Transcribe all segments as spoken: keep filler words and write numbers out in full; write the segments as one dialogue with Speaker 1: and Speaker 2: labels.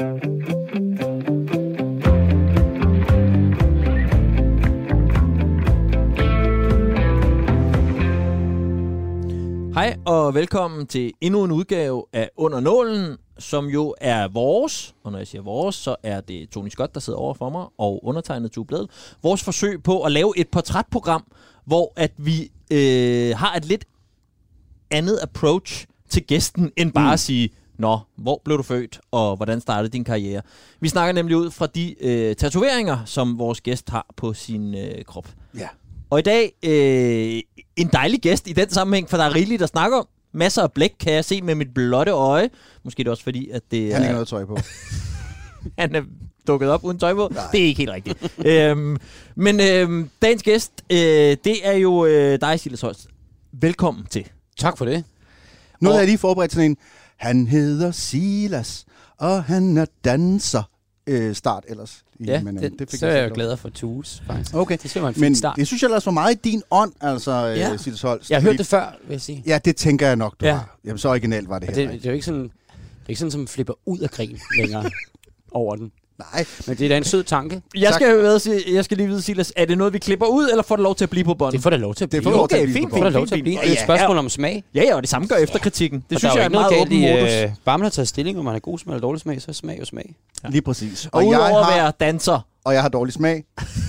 Speaker 1: Hej og velkommen til endnu en udgave af Under Nålen, som jo er vores, og når jeg siger vores, så er det Tony Scott, der sidder over for mig, og undertegnet Tue Blædel. Vores forsøg på at lave et portrætprogram, hvor at vi øh, har et lidt andet approach til gæsten, end bare mm. at sige, nå, hvor blev du født, og hvordan startede din karriere? Vi snakker nemlig ud fra de øh, tatoveringer, som vores gæst har på sin øh, krop.
Speaker 2: Ja.
Speaker 1: Og i dag, øh, en dejlig gæst i den sammenhæng, for der er rigeligt at snakke om. Masser af blæk kan jeg se med mit blotte øje. Måske er det også fordi, at det er...
Speaker 2: Han har ikke noget tøj på.
Speaker 1: Han er dukket op uden tøj på. Nej. Det er ikke helt rigtigt. øhm, men øhm, dagens gæst, øh, det er jo øh, dig, Silas Holst. Velkommen til.
Speaker 3: Tak for det.
Speaker 2: Nu har jeg lige forberedt sådan en, han hedder Silas, og han er danser. Øh, start ellers.
Speaker 3: Ja,
Speaker 2: men,
Speaker 3: det, det fik så jeg er jeg glad for Tues, faktisk.
Speaker 2: Okay,
Speaker 3: det synes jeg
Speaker 2: men
Speaker 3: start.
Speaker 2: det synes jeg ellers var meget i din ånd, altså,
Speaker 3: ja.
Speaker 2: øh, Silas Holst.
Speaker 3: Jeg har hørt det før, vil jeg sige.
Speaker 2: Ja, det tænker jeg nok, du
Speaker 3: ja.
Speaker 2: har. Jamen, så originalt var det her.
Speaker 3: Det, det er jo ikke sådan, det er ikke sådan, som flipper ud af grin længere over den.
Speaker 2: Nej.
Speaker 3: Men det er da en sød tanke.
Speaker 1: Jeg skal, ved, jeg skal lige vide, Silas, er det noget, vi klipper ud, eller får det lov til at blive på bånd?
Speaker 3: Det får det lov til at blive.
Speaker 2: Det får lov til at blive.
Speaker 1: Fint,
Speaker 3: det får det lov til at blive. Det er et spørgsmål om smag.
Speaker 1: Ja, ja, og det samme gør efterkritikken. Det
Speaker 3: og
Speaker 1: synes jeg er en meget åben modus.
Speaker 3: Øh, bare man har taget stilling, om man er god smag eller dårlig smag, så er smag jo smag.
Speaker 2: Ja. Lige præcis.
Speaker 1: Og, og udover at være danser,
Speaker 2: og jeg har dårlig smag,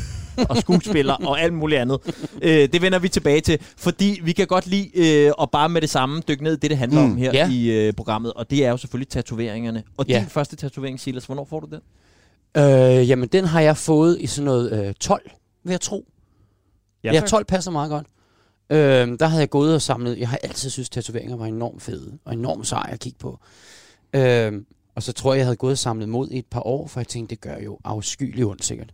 Speaker 1: og skuespiller og alt muligt andet. Øh, det vender vi tilbage til, fordi vi kan godt lide øh, at bare med det samme dykke ned i det, det handler mm. om her ja. i øh, programmet. Og det er jo selvfølgelig tatoveringerne. Og ja. din første tatovering, Silas, hvornår får du den?
Speaker 3: Øh, jamen, den har jeg fået i sådan noget øh, tolv, vil jeg tro. Ja, ja tolv passer meget godt. Øh, der havde jeg gået og samlet. Jeg har altid synes tatoveringer var enormt fede og enormt seje at kigge på. Øh, og så tror jeg, jeg havde gået og samlet mod i et par år, for jeg tænkte, det gør jo afskyeligt ondt sikkert.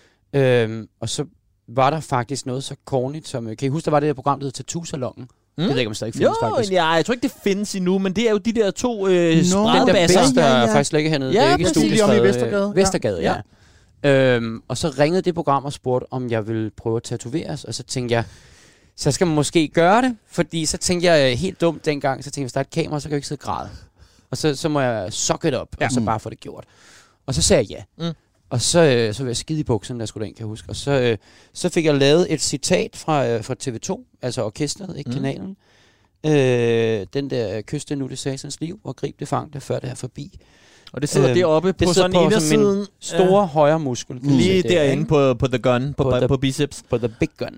Speaker 3: Øh, og så var der faktisk noget så cornigt som... Kan I huske, der var det der program, der hedder Tattoo-salongen? Mm. Det ved jeg ikke, om det stadig findes,
Speaker 1: jo,
Speaker 3: faktisk.
Speaker 1: Ja, jeg tror ikke, det findes endnu, men det er jo de der to øh,
Speaker 3: no,
Speaker 1: spredbasser.
Speaker 3: Den der ja, ja, ja. faktisk ligger hernede.
Speaker 1: Ja,
Speaker 3: det er ikke
Speaker 1: præcis.
Speaker 3: Lige om
Speaker 2: i Vestergade.
Speaker 3: Vestergade, ja. ja. Øhm, og så ringede det program og spurgte, om jeg ville prøve at tatoveres. Og så tænkte jeg, så skal man måske gøre det. Fordi så tænkte jeg helt dumt dengang, så tænkte jeg, hvis der er et kamera, så kan jeg ikke sidde og græde. Og så, så må jeg suck it up, ja. og så bare få det gjort. Og så sagde jeg ja. Mm. Og så, øh, så var jeg skide i bukserne, der skulle den, kan jeg huske. Og så, øh, så fik jeg lavet et citat fra, øh, fra T V to, altså orkestret, ikke mm. kanalen. Øh, den der kyste nu det satans liv, og grib det, fang det, før det er forbi.
Speaker 1: Og det sidder øh, deroppe på sådan en siden
Speaker 3: store øh, højre muskel.
Speaker 1: Mm. Lige derinde på, på the gun, på, på, the, på biceps.
Speaker 3: På the big gun.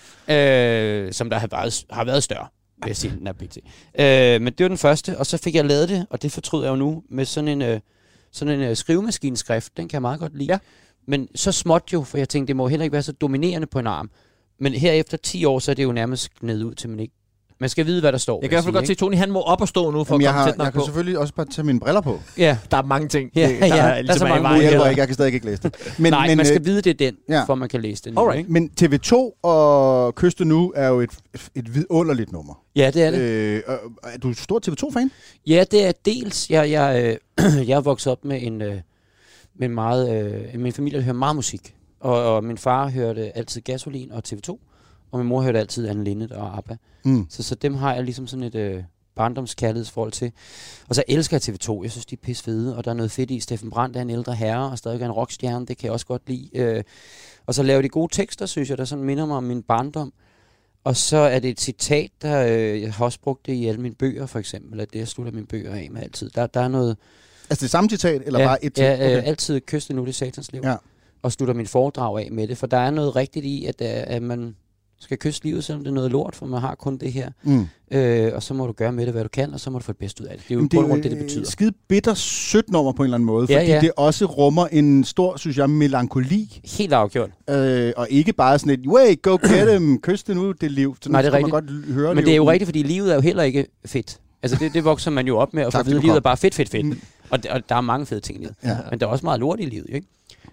Speaker 3: Ja. Øh, som der har været, har været større, vil jeg sige, den her P T. Øh, men det var den første, og så fik jeg lavet det, og det fortryder jeg jo nu, med sådan en, øh, sådan en øh, skrivemaskineskrift. Den kan jeg meget godt lide. Ja. Men så småt jo, for jeg tænkte, det må heller ikke være så dominerende på en arm. Men her efter ti år, så er det jo nærmest gned ud til, man ikke... Man skal vide, hvad der står.
Speaker 1: Jeg kan i hvert fald godt se, at Tony han må op og stå nu, for Jamen, at komme tæt nok på.
Speaker 2: Jeg kan selvfølgelig også bare tage mine briller på.
Speaker 1: Ja, der er mange ting.
Speaker 3: Ja,
Speaker 1: der,
Speaker 3: ja,
Speaker 1: er,
Speaker 3: der er
Speaker 1: ligesom
Speaker 3: så mange
Speaker 2: muligheder. Jeg kan stadig ikke læse det.
Speaker 3: Men, Nej, men, man skal øh, vide, det er den, ja. for man kan læse den. Nu, ikke?
Speaker 2: Men T V to og Kyste nu er jo et, et vidunderligt nummer.
Speaker 3: Ja, det er det.
Speaker 2: Øh, er du stor T V to-fan?
Speaker 3: Ja, det er dels. Jeg, jeg, øh, jeg er vokset op med en, øh, med meget... Øh, min familie hører meget musik. Og, og min far hørte altid Gasolin og T V to. Og min mor hørte altid Anne Linnet og ABBA. Mm. Så, så dem har jeg ligesom sådan et øh, barndomskærlighedsforhold til. Og så elsker jeg T V to. Jeg synes, de er pisse fede. Og der er noget fedt i. Steffen Brandt er en ældre herre, og stadig er en rockstjerne. Det kan jeg også godt lide. Øh, og så laver de gode tekster, synes jeg, der sådan minder mig om min barndom. Og så er det et citat, der øh, jeg har også brugt det i alle mine bøger, for eksempel. At det, jeg slutter mine bøger af med altid. Der, der er noget...
Speaker 2: Altså det samme citat, eller
Speaker 3: ja,
Speaker 2: bare et
Speaker 3: citat?
Speaker 2: Ja,
Speaker 3: okay.
Speaker 2: øh,
Speaker 3: altid kyste nu det satans liv.
Speaker 2: Ja.
Speaker 3: Og slutter min foredrag af med det. For der er noget rigtigt i, at, at man... skal kysse livet, selvom det er noget lort, for man har kun det her. Mm. Øh, og så må du gøre med det, hvad du kan, og så må du få det bedste ud af det. Det er jo på rundt det, det betyder.
Speaker 2: Skide bitter sødt nummer på en eller anden måde,
Speaker 3: ja,
Speaker 2: fordi ja. det også rummer en stor, synes jeg, melankoli.
Speaker 3: Helt afgjort.
Speaker 2: Øh, og ikke bare sådan et, way, go get him, kys det nu, det liv. Så
Speaker 3: Nej, det er rigtigt.
Speaker 2: Godt høre
Speaker 3: Men
Speaker 2: det,
Speaker 3: det er jo rigtigt, fordi livet er jo heller ikke fedt. Altså det, det vokser man jo op med, at få at vide, at livet er bare fedt, fedt, fedt. Mm. Og, og der er mange fede ting i livet. Ja. Men der er også meget lort i livet, ikke?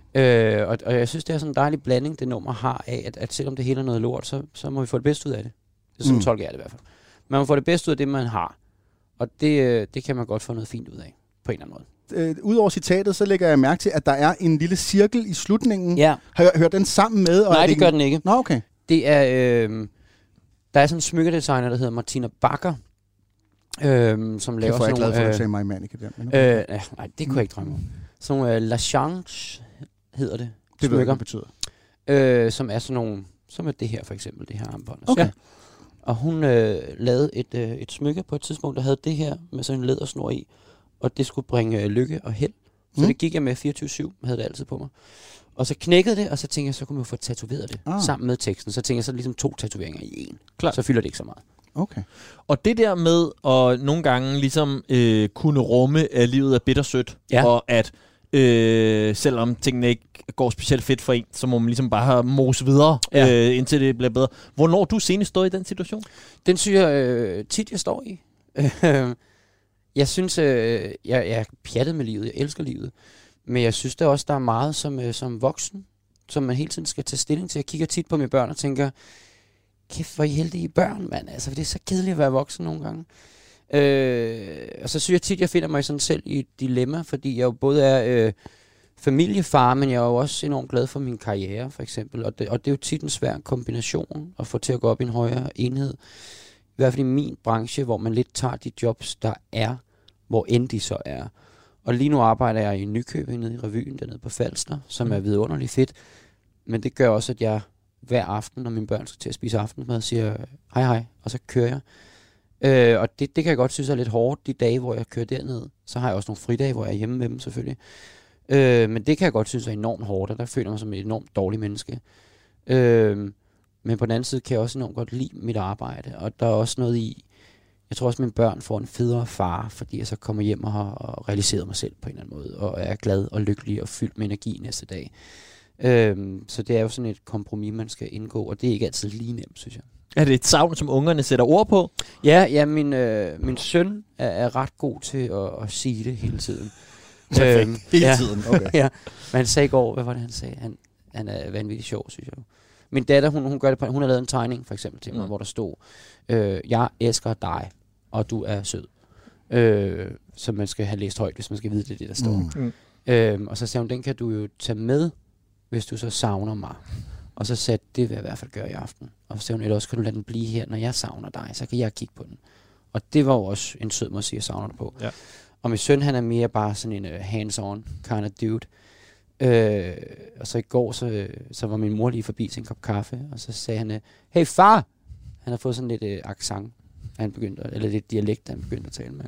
Speaker 3: Øh, og, og jeg synes, det er sådan en dejlig blanding, det nummer har af, at, at selvom det hele er noget lort, så, så må vi få det bedste ud af det. Det er sådan, mm. tolker jeg det i hvert fald. Man må få det bedste ud af det, man har. Og det, det kan man godt få noget fint ud af, på en eller anden måde.
Speaker 2: Øh, Udover citatet, så lægger jeg mærke til, at der er en lille cirkel i slutningen.
Speaker 3: Ja.
Speaker 2: Har jeg hørt den sammen med? Og
Speaker 3: Nej, det, det gør
Speaker 2: en...
Speaker 3: den ikke.
Speaker 2: Nå, okay.
Speaker 3: Det er, øh, der er sådan en smykkedesigner, der hedder Martina Bakker, øh, som laver sådan nogle...
Speaker 2: Jeg er glad for, at du sagde mig, Manike. Der, okay.
Speaker 3: øh, nej, det kunne jeg ikke drømme om. sådan nogle uh, La Chance hedder det.
Speaker 2: Det ved jeg,
Speaker 3: smykker,
Speaker 2: hvad det betyder.
Speaker 3: øh, som er sådan nogle, som er det her for eksempel, det her armbånd.
Speaker 2: Okay.
Speaker 3: Ja. Og hun øh, lavede et, øh, et smykke på et tidspunkt, der havde det her med sådan en lædersnor i, og det skulle bringe øh, lykke og held. Så
Speaker 2: Mm.
Speaker 3: det gik jeg med fireogtyve syv, havde det altid på mig. Og så knækkede det, og så tænkte jeg, så kunne man jo få tatoveret det
Speaker 2: Ah.
Speaker 3: sammen med teksten. Så tænkte jeg, så er det ligesom to tatoveringer i en.
Speaker 1: Klart.
Speaker 3: Så fylder det ikke så meget.
Speaker 2: Okay.
Speaker 1: Og det der med at nogle gange ligesom øh, kunne rumme, at livet er bittersødt,
Speaker 3: Ja.
Speaker 1: og at øh, selvom tingene ikke går specielt fedt for en, så må man ligesom bare have mos videre,
Speaker 3: Ja.
Speaker 1: øh, indtil det bliver bedre. Hvornår du senest stået i den situation?
Speaker 3: Den synes jeg øh, tit, jeg står i. jeg synes, øh, jeg, jeg er pjattet med livet. Jeg elsker livet. Men jeg synes der også, der er meget som, øh, som voksen, som man hele tiden skal tage stilling til. Jeg kigger tit på mine børn og tænker, kæft, hvor er I heldige børn, mand. Altså, det er så kedeligt at være voksen nogle gange. Øh, og så synes jeg tit, jeg finder mig sådan selv i et dilemma, fordi jeg jo både er øh, familiefar, men jeg er jo også enormt glad for min karriere, for eksempel. Og det, og det er jo tit en svær kombination at få til at gå op i en højere enhed. I hvert fald i min branche, hvor man lidt tager de jobs, der er, hvor end de så er. Og lige nu arbejder jeg i Nykøbing nede i Revyen, dernede på Falster, som er vidunderligt fedt. Men det gør også, at jeg hver aften, når mine børn skal til at spise aftensmad, siger hej hej, og så kører jeg. Øh, og det, det kan jeg godt synes er lidt hårdt, de dage, hvor jeg kører derned. Så har jeg også nogle fridage, hvor jeg er hjemme med dem selvfølgelig. Øh, men det kan jeg godt synes er enormt hårdt, og der føler jeg mig som et enormt dårligt menneske. Øh, men på den anden side kan jeg også enormt godt lide mit arbejde, og der er også noget i, jeg tror også, at mine børn får en federe far, fordi jeg så kommer hjem og har og realiseret mig selv på en eller anden måde, og er glad og lykkelig og fyldt med energi næste dag. Øhm, så det er jo sådan et kompromis, man skal indgå, og det er ikke altid lige nemt, synes jeg.
Speaker 1: Er det et savn, som ungerne sætter ord på?
Speaker 3: Ja, ja min, øh, min søn er, er ret god til at, at sige det hele tiden.
Speaker 2: Perfekt. Hele
Speaker 3: ja.
Speaker 2: tiden, okay.
Speaker 3: ja, men han sagde i går, hvad var det, han sagde? Han, han er vanvittigt sjov, synes jeg. Min datter, hun, hun, gør det på, hun har lavet en tegning, for eksempel, til mig, mm. hvor der stod, øh, jeg elsker dig, og du er sød. Øh, som man skal have læst højt, hvis man skal vide det, det der står.
Speaker 2: Mm.
Speaker 1: Mm.
Speaker 3: Øh, og så sagde hun, den kan du jo tage med, hvis du så savner mig. Og så sagde det vil jeg i hvert fald gøre i aften. Og så sagde hun, eller også kan du lade den blive her, når jeg savner dig, så kan jeg kigge på den. Og det var jo også en sød måde at sige, at jeg savner dig på.
Speaker 1: Ja.
Speaker 3: Og min søn, han er mere bare sådan en uh, hands-on kind of dude. Øh, og så i går, så, så var min mor lige forbi til en kop kaffe, og så sagde han, hey far! Han har fået sådan lidt uh, accent, han begyndte, eller lidt dialekt, han begyndte at tale med.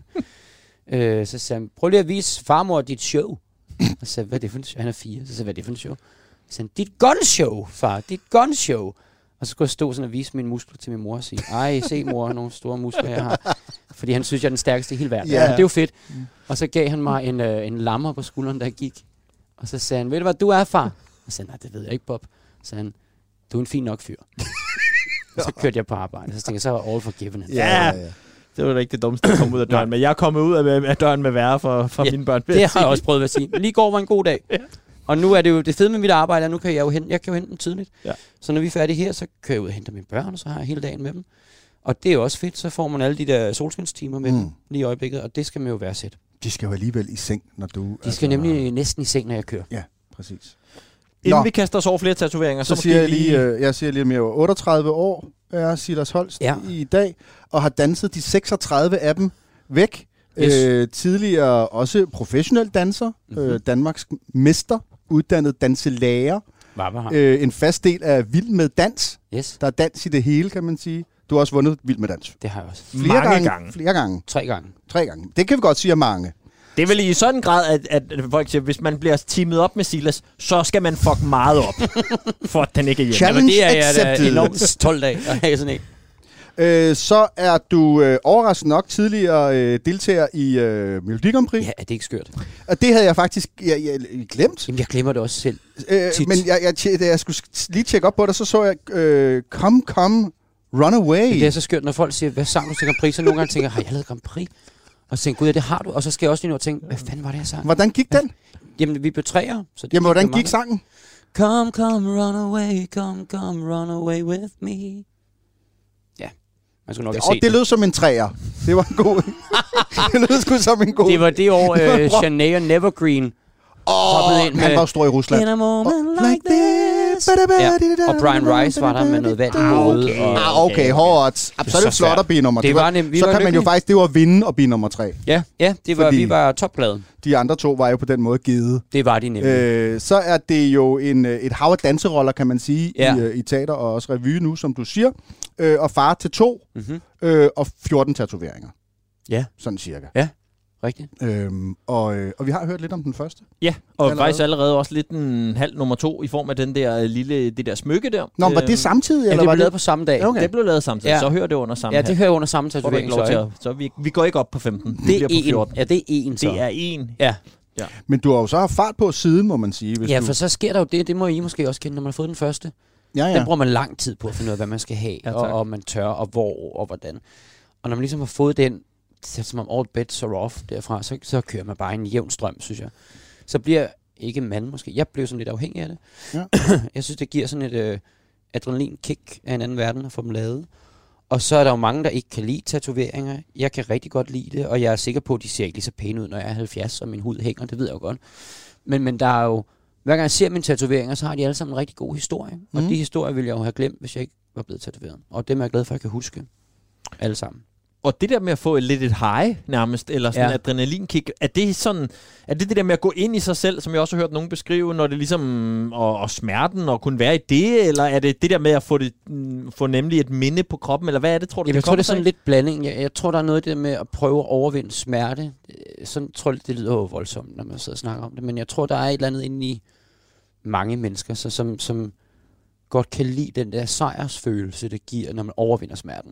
Speaker 3: øh, så sagde han, prøv lige at vise farmor dit show. Og så sagde hvad er det for en show? Han er fire. Så sagde hvad er det for en show? Så sagde dit gunshow, far, dit gunshow. Og så skulle jeg stå sådan og vise mine muskler til min mor og sige, ej, se mor, nogle store muskler jeg har. Fordi han synes, jeg er den stærkeste i hele verden.
Speaker 2: Yeah.
Speaker 3: Ja, det er jo fedt. Mm. Og så gav han mig en, øh, en lammer på skulderen, der gik. Og så sagde han, ved du hvad du er, far? Og så sagde han, nej, det ved jeg ikke, Bob. Så sagde han, du er en fin nok fyr. Og så kørte jeg på arbejde. Så tænkte jeg, så var all forgiven.
Speaker 1: Ja, ja, ja. Det var da ikke det dummeste at komme ud af døren, men jeg er kommet ud af, af døren med værre for, for ja, mine børn.
Speaker 3: Det har jeg også prøvet at sige. Lige går var en god dag. Ja. Og nu er det jo det fede med mit arbejde, at nu kan jeg jo hente, jeg kan jo hente dem tidligt. Ja. Så når vi er færdige her, så kører jeg ud og henter mine børn, og så har jeg hele dagen med dem. Og det er jo også fedt, så får man alle de der solskinstimer med mm. dem lige i øjeblikket, og det skal man jo værdsætte.
Speaker 2: De skal jo alligevel i seng, når du...
Speaker 3: De skal altså, nemlig næsten i seng, når jeg kører.
Speaker 2: Ja, præcis.
Speaker 1: Inden
Speaker 2: Nå.
Speaker 1: vi kaster os over flere tatoveringer, så,
Speaker 2: så siger jeg lige, øh, jeg siger lige mere otteogtredive år er Silas Holst ja. i dag, og har danset de seksogtredive af dem væk. Yes. Øh, tidligere også professionel danser, mm-hmm. øh, Danmarks mester, uddannet danselærer. Øh, en fast del af Vild med Dans.
Speaker 3: Yes.
Speaker 2: Der er dans i det hele, kan man sige. Du har også vundet Vild med Dans.
Speaker 3: Det har jeg også.
Speaker 2: Flere
Speaker 1: mange
Speaker 2: gange,
Speaker 1: gange.
Speaker 2: Flere gange.
Speaker 3: Tre gange.
Speaker 2: Tre gange. Det kan vi godt sige er mange.
Speaker 1: Det er vel i sådan en grad, at, at folk siger, hvis man bliver teamet op med Silas, så skal man fuck meget op, for at den ikke er hjemme.
Speaker 2: Challenge
Speaker 3: det er jeg
Speaker 2: accepted.
Speaker 3: da enormt stolt af at have sådan en.
Speaker 2: Øh, så er du øh, overraskende nok tidligere øh, deltager i øh, Melodi Grand Prix.
Speaker 3: Ja, er det ikke skørt?
Speaker 2: Og det havde jeg faktisk jeg, jeg, glemt.
Speaker 3: Jamen, jeg glemmer det også selv.
Speaker 2: Øh, men jeg, jeg, da jeg skulle lige tjekke op på det, så så jeg øh, Come, Come, Run Away.
Speaker 3: Det er så skørt, når folk siger, hvad sang du til Grand Prix? Så nogle gange tænker jeg, har jeg lavet Grand Prix? Og så tænker gud, ja, det har du. Og så skal jeg også lige nå og tænke, hvad fanden var det, jeg sang?
Speaker 2: Hvordan gik den?
Speaker 3: Jamen, vi blev træer. Så det
Speaker 2: Jamen, hvordan
Speaker 3: gik
Speaker 2: gik sangen?
Speaker 3: Come, come, run away, come, come, run away with me. Ja, man skulle nok have
Speaker 2: Og
Speaker 3: set
Speaker 2: det lød som en træer. Det var en god... det lød sgu som en god...
Speaker 3: Det var det år, uh, Shania Nevergreen
Speaker 2: oh,
Speaker 3: hoppede ind med...
Speaker 2: Han var stor i Rusland.
Speaker 3: In a moment oh, like this, Ja. Og Brian Rice var der med noget vand i hovedet.
Speaker 2: Ah, okay, hårdt. Så er det flot at blive nummer tre. Så kan man jo faktisk, det var at vinde og blive nummer tre.
Speaker 3: Ja, ja det var, vi var topglade.
Speaker 2: De andre to var jo på den måde givet.
Speaker 3: Det var de nemlig.
Speaker 2: Øh, så er det jo en, et hav af danseroller, kan man sige,
Speaker 3: ja.
Speaker 2: i, i teater og også revy nu, som du siger. Øh, og far til to, mm-hmm. øh, og fjorten tatoveringer.
Speaker 3: Ja.
Speaker 2: Sådan cirka.
Speaker 3: Ja, rigtigt.
Speaker 2: Øhm, og, øh, og vi har hørt lidt om den første.
Speaker 1: Ja, og
Speaker 2: allerede.
Speaker 1: faktisk allerede også lidt en halv nummer to i form af den der lille, det der smykke der.
Speaker 2: Nå, var det samtidig?
Speaker 3: Ja,
Speaker 2: eller
Speaker 3: det
Speaker 2: var
Speaker 3: blev
Speaker 2: det
Speaker 3: lavet på samme dag.
Speaker 1: Okay. Det blev lavet samtidig,
Speaker 3: ja.
Speaker 1: Så hører det under samme.
Speaker 3: Ja, det hører under samme tatovering.
Speaker 1: Så, så vi, vi går ikke op på femten.
Speaker 3: Det er
Speaker 1: på fjorten.
Speaker 3: Ja, det er en. Så.
Speaker 1: Det er en.
Speaker 3: Ja.
Speaker 1: Ja.
Speaker 2: Men du har jo så haft fart på siden, må man sige. Hvis
Speaker 3: ja,
Speaker 2: du...
Speaker 3: for så sker der jo det, det må I måske også kende, når man har fået den første.
Speaker 2: Ja, ja.
Speaker 3: Den bruger man lang tid på at finde ud af, hvad man skal have, ja, og, og man tør, og hvor, og hvordan. Og når man ligesom har fået den, som om all bets are off derfra, så, så kører man bare en jævn strøm, synes jeg. Så bliver ikke man måske, jeg blev sådan lidt afhængig af det. Ja. Jeg synes, det giver sådan et øh, adrenalinkick af en anden verden at få dem lavet. Og så er der jo mange, der ikke kan lide tatoveringer. Jeg kan rigtig godt lide det, og jeg er sikker på, at de ser ikke lige så pæne ud, når jeg er halvfjerds, og min hud hænger, det ved jeg jo godt. Men, men der er jo, hver gang jeg ser mine tatoveringer, så har de alle sammen en rigtig god historie. Mm. Og de historier ville jeg jo have glemt, hvis jeg ikke var blevet tatoveret. Og dem er jeg glad for, at jeg kan huske. Alle sammen.
Speaker 1: Og det der med at få lidt et high nærmest, eller sådan ja. en adrenalinkick, er det sådan, er det det der med at gå ind i sig selv, som jeg også har hørt nogen beskrive, når det ligesom, og, og smerten, og kunne være i det, eller er det det der med at få, det, få nemlig et minde på kroppen, eller hvad er det, tror du,
Speaker 3: Jamen,
Speaker 1: det
Speaker 3: jeg tror, det er sådan lidt blanding. Jeg, jeg tror, der er noget der med at prøve at overvinde smerte. Sådan tror jeg, det lyder jo voldsomt, når man sidder og snakker om det, men jeg tror, der er et eller andet inde i mange mennesker, så, som, som godt kan lide den der sejrsfølelse, det giver, når man overvinder smerten.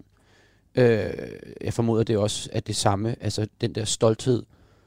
Speaker 3: Øh, jeg formoder det også, at det samme, altså den der stolthed,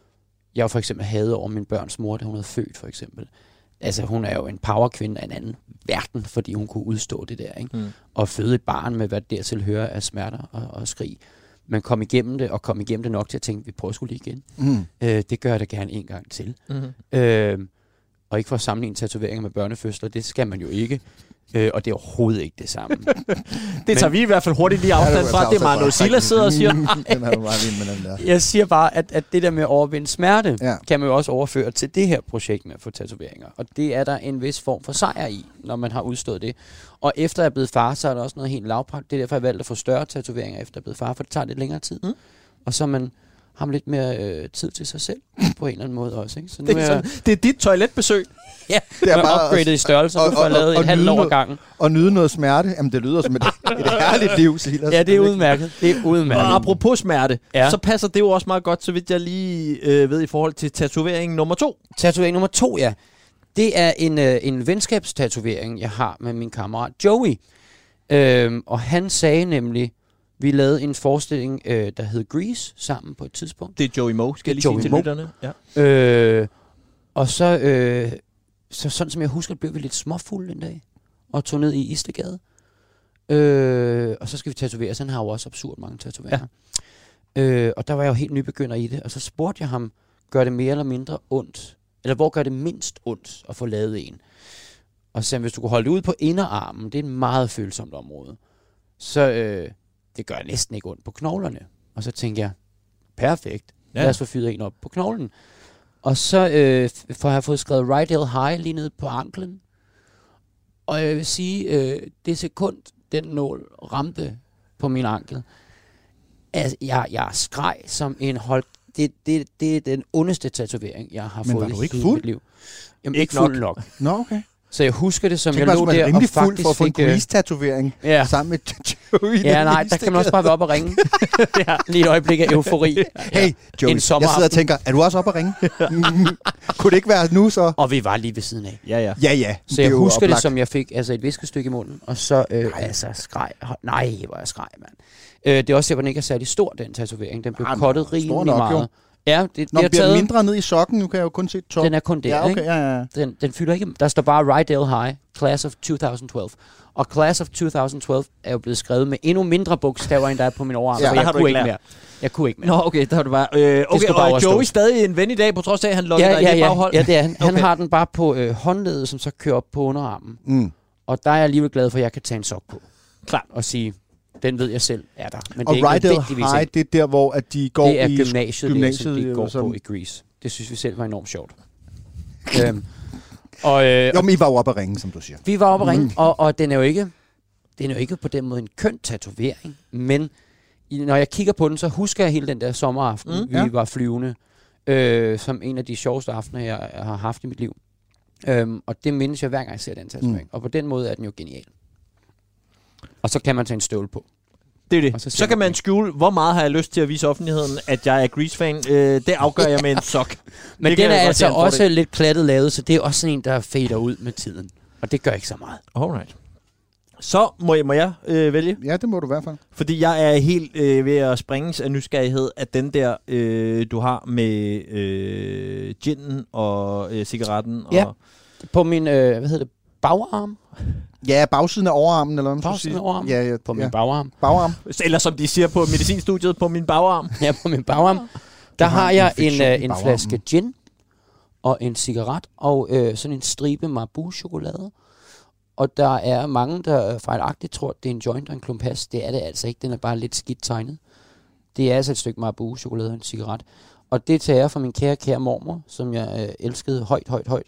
Speaker 3: jeg for eksempel havde over min børns mor, da hun havde født, for eksempel. Altså hun er jo en powerkvinde af en anden verden, fordi hun kunne udstå det der, ikke? Mm. Og føde et barn med, hvad dertil hører af smerter og, og skrig. Men kom igennem det, og kom igennem det nok til at tænke, vi prøver sgu lige igen. Mm. Øh, det gør jeg da gerne en gang til. Mm. Øh, og ikke for at sammenligne tatoveringer med børnefødsler, det skal man jo ikke. Øh, og det er overhovedet ikke det samme.
Speaker 1: Det tager vi i hvert fald hurtigt lige afstand fra. Det er Manu Silas sidder og siger.
Speaker 2: Den er jo meget vild med den der.
Speaker 3: Jeg siger bare, at, at det der med at overvinde smerte,
Speaker 2: ja. kan
Speaker 3: man jo også overføre til det her projekt med at få tatoveringer. Og det er der en vis form for sejr i, når man har udstået det. Og efter jeg er blevet far, så er der også noget helt lavpraktisk. Det er derfor, jeg valgte at få større tatoveringer efter jeg er blevet far, for det tager lidt længere tid. Mm. Og så man har man lidt mere øh, tid til sig selv, på en eller anden måde også. Ikke? Så nu
Speaker 1: det, er sådan, det er dit toiletbesøg.
Speaker 3: Ja, det er bare upgradet i størrelse, og, og, og, og lavet et halvt år ad gangen.
Speaker 2: Og nyde noget smerte. Jamen, det lyder som et, et herligt liv, Silas.
Speaker 3: Ja, det er udmærket. Det er udmærket.
Speaker 1: Og apropos smerte,
Speaker 3: ja.
Speaker 1: så passer det jo også meget godt, så vidt jeg lige øh, ved, i forhold til tatovering nummer to.
Speaker 3: Tatovering nummer to, ja. Det er en, øh, en venskabstatovering, jeg har med min kammerat Joey. Øhm, og han sagde nemlig, vi lavede en forestilling, øh, der hed Grease, sammen på et tidspunkt.
Speaker 1: Det er Joey Moe, skal jeg lige sige til lytterne.
Speaker 3: Ja. Øh, og så, øh, så sådan som jeg husker, blev vi lidt småfulde en dag, og tog ned i Istegade. Øh, og så skal vi tatovere, så han har jo også absurd mange tatoveringer. Ja. Øh, og der var jeg jo helt nybegynder i det, og så spurgte jeg ham, gør det mere eller mindre ondt? Eller hvor gør det mindst ondt at få lavet en? Og så sagde han, hvis du kunne holde det ud på inderarmen, det er et meget følsomt område, så øh, det gør næsten ikke ondt på knoglerne. Og så tænkte jeg, perfekt, ja. Lad os få fyret en op på knoglen. Og så øh, får jeg fået skrevet Rydell High lige ned på anklen. Og jeg vil sige, øh, det sekund, den nål ramte på min ankel, altså, jeg, jeg skreg som en hold. Det, det, det er den ondeste tatovering, jeg har
Speaker 2: Men
Speaker 3: fået
Speaker 2: i
Speaker 3: hele
Speaker 2: fuld?
Speaker 3: mit liv. Jamen,
Speaker 1: ikke
Speaker 3: ikke fuld nok.
Speaker 2: Nå, okay.
Speaker 3: Så jeg husker det, som
Speaker 2: Tænk
Speaker 3: jeg lå der og faktisk
Speaker 2: fuld for at få en
Speaker 3: fik...
Speaker 2: Grease-tatovering
Speaker 3: ja.
Speaker 2: sammen med Joey.
Speaker 3: Ja, nej, der kan man også bare være op og ringe. Ja, lige et øjeblik af eufori.
Speaker 2: Hey, Joey, jeg sidder og tænker, er du også op og ringe? Kunne det ikke være nu så?
Speaker 3: Og vi var lige ved siden af.
Speaker 1: Ja, ja.
Speaker 2: Ja, ja.
Speaker 3: Så jeg husker oplagt. Det, som jeg fik altså et viskestykke i munden, og så øh, altså skreg. Nej, hvor jeg skreg, mand. Øh, det er også, at den ikke er særlig stor, den tatovering. Den blev kottet rimelig meget. Jo. Ja, det, det
Speaker 2: Nå,
Speaker 3: har
Speaker 2: bliver
Speaker 3: taget...
Speaker 2: mindre ned i sokken, nu kan jeg jo kun se top.
Speaker 3: Den er kun der,
Speaker 2: ja, okay,
Speaker 3: ikke?
Speaker 2: Ja, ja.
Speaker 3: Den, den fylder ikke... Der står bare Rydell High, Class of to tusind tolv. Og Class of to tusind tolv er jo blevet skrevet med endnu mindre bogstaver, end der er på min overarm,
Speaker 1: ja,
Speaker 3: for jeg kunne ikke mere. Jeg kunne ikke mere.
Speaker 1: Nå, okay, der har du bare... Øh, okay, og er Joey stadig en ven i dag, på trods af, at han lukker
Speaker 3: ja,
Speaker 1: dig
Speaker 3: ja,
Speaker 1: i det baghold?
Speaker 3: Ja, det er han. Okay. Han har den bare på øh, håndledet, som så kører op på underarmen. Mm. Og der er jeg alligevel glad for, at jeg kan tage en sok på.
Speaker 1: Klart.
Speaker 3: Og sige... Den ved jeg selv er der. Men
Speaker 2: og
Speaker 3: det er
Speaker 2: Rydell
Speaker 3: ikke
Speaker 2: High, det er der, hvor at de går i
Speaker 3: det er gymnasiet,
Speaker 2: gymnasiet,
Speaker 3: det, som de går
Speaker 2: som...
Speaker 3: på i Grease. Det synes vi selv var enormt sjovt. øhm, Og, øh,
Speaker 2: jo, men I var jo oppe at ringe, som du siger.
Speaker 3: Vi var oppe at ringe, mm. og, og den er jo ikke, den er jo ikke på den måde en køn tatovering, men i, når jeg kigger på den, så husker jeg hele den der sommeraften, mm, vi ja. var flyvende, øh, som en af de sjoveste aftener, jeg, jeg har haft i mit liv. Øhm, og det mindes jeg hver gang, jeg ser den tatovering. Mm. Og på den måde er den jo genial. Og så kan man tage en støvle på.
Speaker 1: Det er det. Så, så kan man skjule, hvor meget har jeg lyst til at vise offentligheden, at jeg er Grease-fan. Øh, det afgør jeg med en sok.
Speaker 3: Men
Speaker 1: det
Speaker 3: den er altså også det. lidt klattet lavet, så det er også sådan en, der fader ud med tiden. Og det gør ikke så meget.
Speaker 1: Alright. Så må jeg, må jeg øh, vælge?
Speaker 2: Ja, det må du i hvert fald.
Speaker 1: Fordi jeg er helt øh, ved at springes af nysgerrighed af den der, øh, du har med øh, ginen og øh, cigaretten.
Speaker 3: Ja,
Speaker 1: og
Speaker 3: på min, øh, hvad hedder det, bagarm?
Speaker 2: Ja, bagsiden af overarmen, eller hvad man
Speaker 3: bagsiden
Speaker 2: sige.
Speaker 3: af overarmen?
Speaker 2: Ja, ja,
Speaker 3: på
Speaker 2: ja.
Speaker 3: min bagarm.
Speaker 2: Bagarm.
Speaker 1: Eller som de siger på medicinstudiet, på min bagarm.
Speaker 3: Ja, på min bagarm. Der har jeg en, øh, en flaske gin og en cigaret og øh, sådan en stribe Marabou-chokolade. Og der er mange, der fejlagtigt tror, at det er en joint og en klump hash. Det er det altså ikke. Den er bare lidt skidt tegnet. Det er altså et stykke Marabou-chokolade og en cigaret. Og det tager jeg fra min kære, kære mormor, som jeg øh, elskede højt, højt, højt.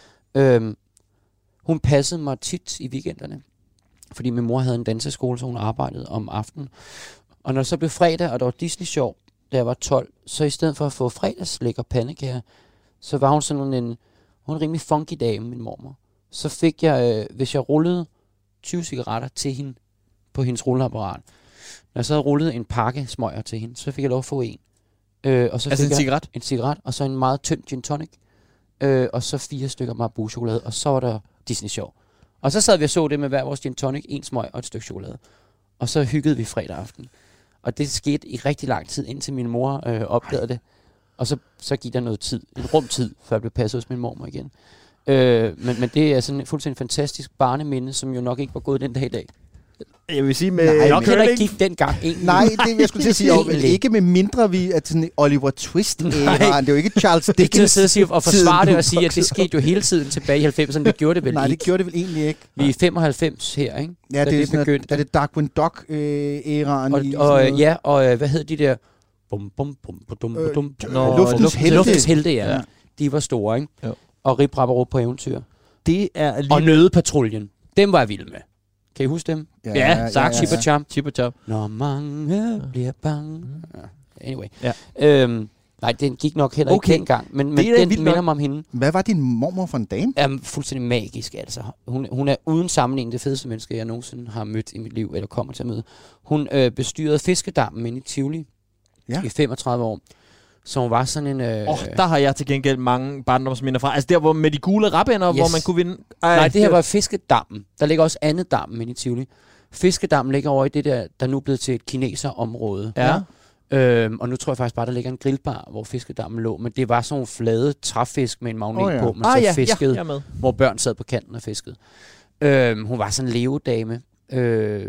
Speaker 3: Øhm, hun passede mig tit i weekenderne. Fordi min mor havde en danseskole, så hun arbejdede om aftenen. Og når det så blev fredag, og der var Disney-show, da jeg var tolv, så i stedet for at få fredagslæg og pandekager, så var hun sådan en, hun var en rimelig funky dame, min mormor. Så fik jeg, øh, hvis jeg rullede tyve cigaretter til hende på hendes rulleapparat, når jeg så havde rullet en pakke smøger til hende, så fik jeg lov at få en. Øh, og så
Speaker 1: altså
Speaker 3: fik
Speaker 1: en cigaret?
Speaker 3: En cigaret, og så en meget tynd gin tonic, øh, og så fire stykker Marabou-chokolade, og så var der Disney-show. Og så sad vi og så det med hver vores gin tonic, en smøg og et stykke chokolade. Og så hyggede vi fredag aften. Og det skete i rigtig lang tid, indtil min mor øh, opdagede det. Og så, så gik der noget tid, en rumtid, før jeg blev passet hos min mormor igen. Øh, men, men det er sådan en fuldstændig fantastisk barneminde, som jo nok ikke var gået den dag i dag.
Speaker 1: Jeg vil sige med...
Speaker 3: Nej, nok heller ikke gik dengang egentlig.
Speaker 2: Nej, det jeg skulle til at sige, og ikke med mindre vi at sådan Oliver Twist. Nej, det er jo ikke Charles Dickens.
Speaker 3: Ikke til at sige og forsvare det og sige, at det skete jo hele tiden tilbage i halvfemserne. Det gjorde det vel
Speaker 2: Nej,
Speaker 3: ikke.
Speaker 2: Nej, det gjorde det vel egentlig ikke.
Speaker 3: Vi er femoghalvfems her, ikke?
Speaker 2: Ja, det, det er sådan, at, er det Darkwing Duck-æraen.
Speaker 3: Og, og, og ja, og hvad hed de der... Bum, bum, bum, bum,
Speaker 2: øh,
Speaker 3: bum,
Speaker 2: Nå, Luftens Helte.
Speaker 3: Luftens Helte, ja. ja. De var store, ikke? Jo. Og Rip Rapperup på eventyr.
Speaker 1: Det er lige...
Speaker 3: Og Nødepatruljen. Dem var jeg vild med. Kan I huske dem?
Speaker 1: Ja, ja,
Speaker 3: sagt. Ja, ja, ja. Chip og Chap.
Speaker 1: Chip og Chap.
Speaker 3: Når mange bliver bange. Ja. Anyway.
Speaker 1: Ja.
Speaker 3: Øhm, nej, den gik nok heller okay. ikke dengang, men, men den minder mig om hende.
Speaker 2: Hvad var din mormor for en dame?
Speaker 3: Er fuldstændig magisk, altså. Hun, hun er uden sammenligning det fedeste menneske, jeg nogensinde har mødt i mit liv, eller kommer til at møde. Hun øh, bestyrede fiskedammen inde i Tivoli ja. i femogtredive år. Så hun var sådan en... Øh,
Speaker 1: oh, der har jeg til gengæld mange barndomsminder fra. Altså der hvor med de gule rapænder, yes. hvor man kunne vinde...
Speaker 3: Ej, Nej, det her var fiskedammen. Der ligger også andet dammen inde i Tivoli. Fiskedammen ligger over i det der, der nu er blevet til et kineserområde.
Speaker 1: Ja.
Speaker 3: Øhm, og nu tror jeg faktisk bare, der ligger en grillbar, hvor fiskedammen lå. Men det var sådan nogle flade træfisk med en magnet oh, ja. på, man ah, så ja, fiskede, ja, hvor børn sad på kanten og fiskede. Øhm, hun var sådan en levedame. Øh,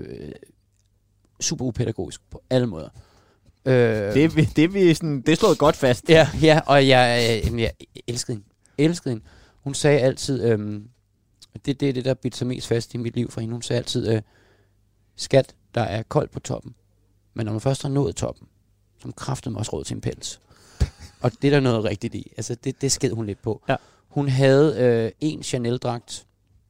Speaker 3: super upædagogisk på alle måder.
Speaker 1: Øh, det, det, det, sådan, det slået godt fast.
Speaker 3: Ja, ja, og jeg, øh, jeg elskede hende. elskede hende. Hun sagde altid, øh, det, det er det, der bidt sig mest fast i mit liv for hende. Hun sagde altid, øh, skat, der er koldt på toppen. Men når man først har nået toppen, så kræftede man også råd til en pels. Og det er der noget rigtigt i. Altså, det, det sked hun lidt på. Ja. Hun havde øh, en Chanel-dragt,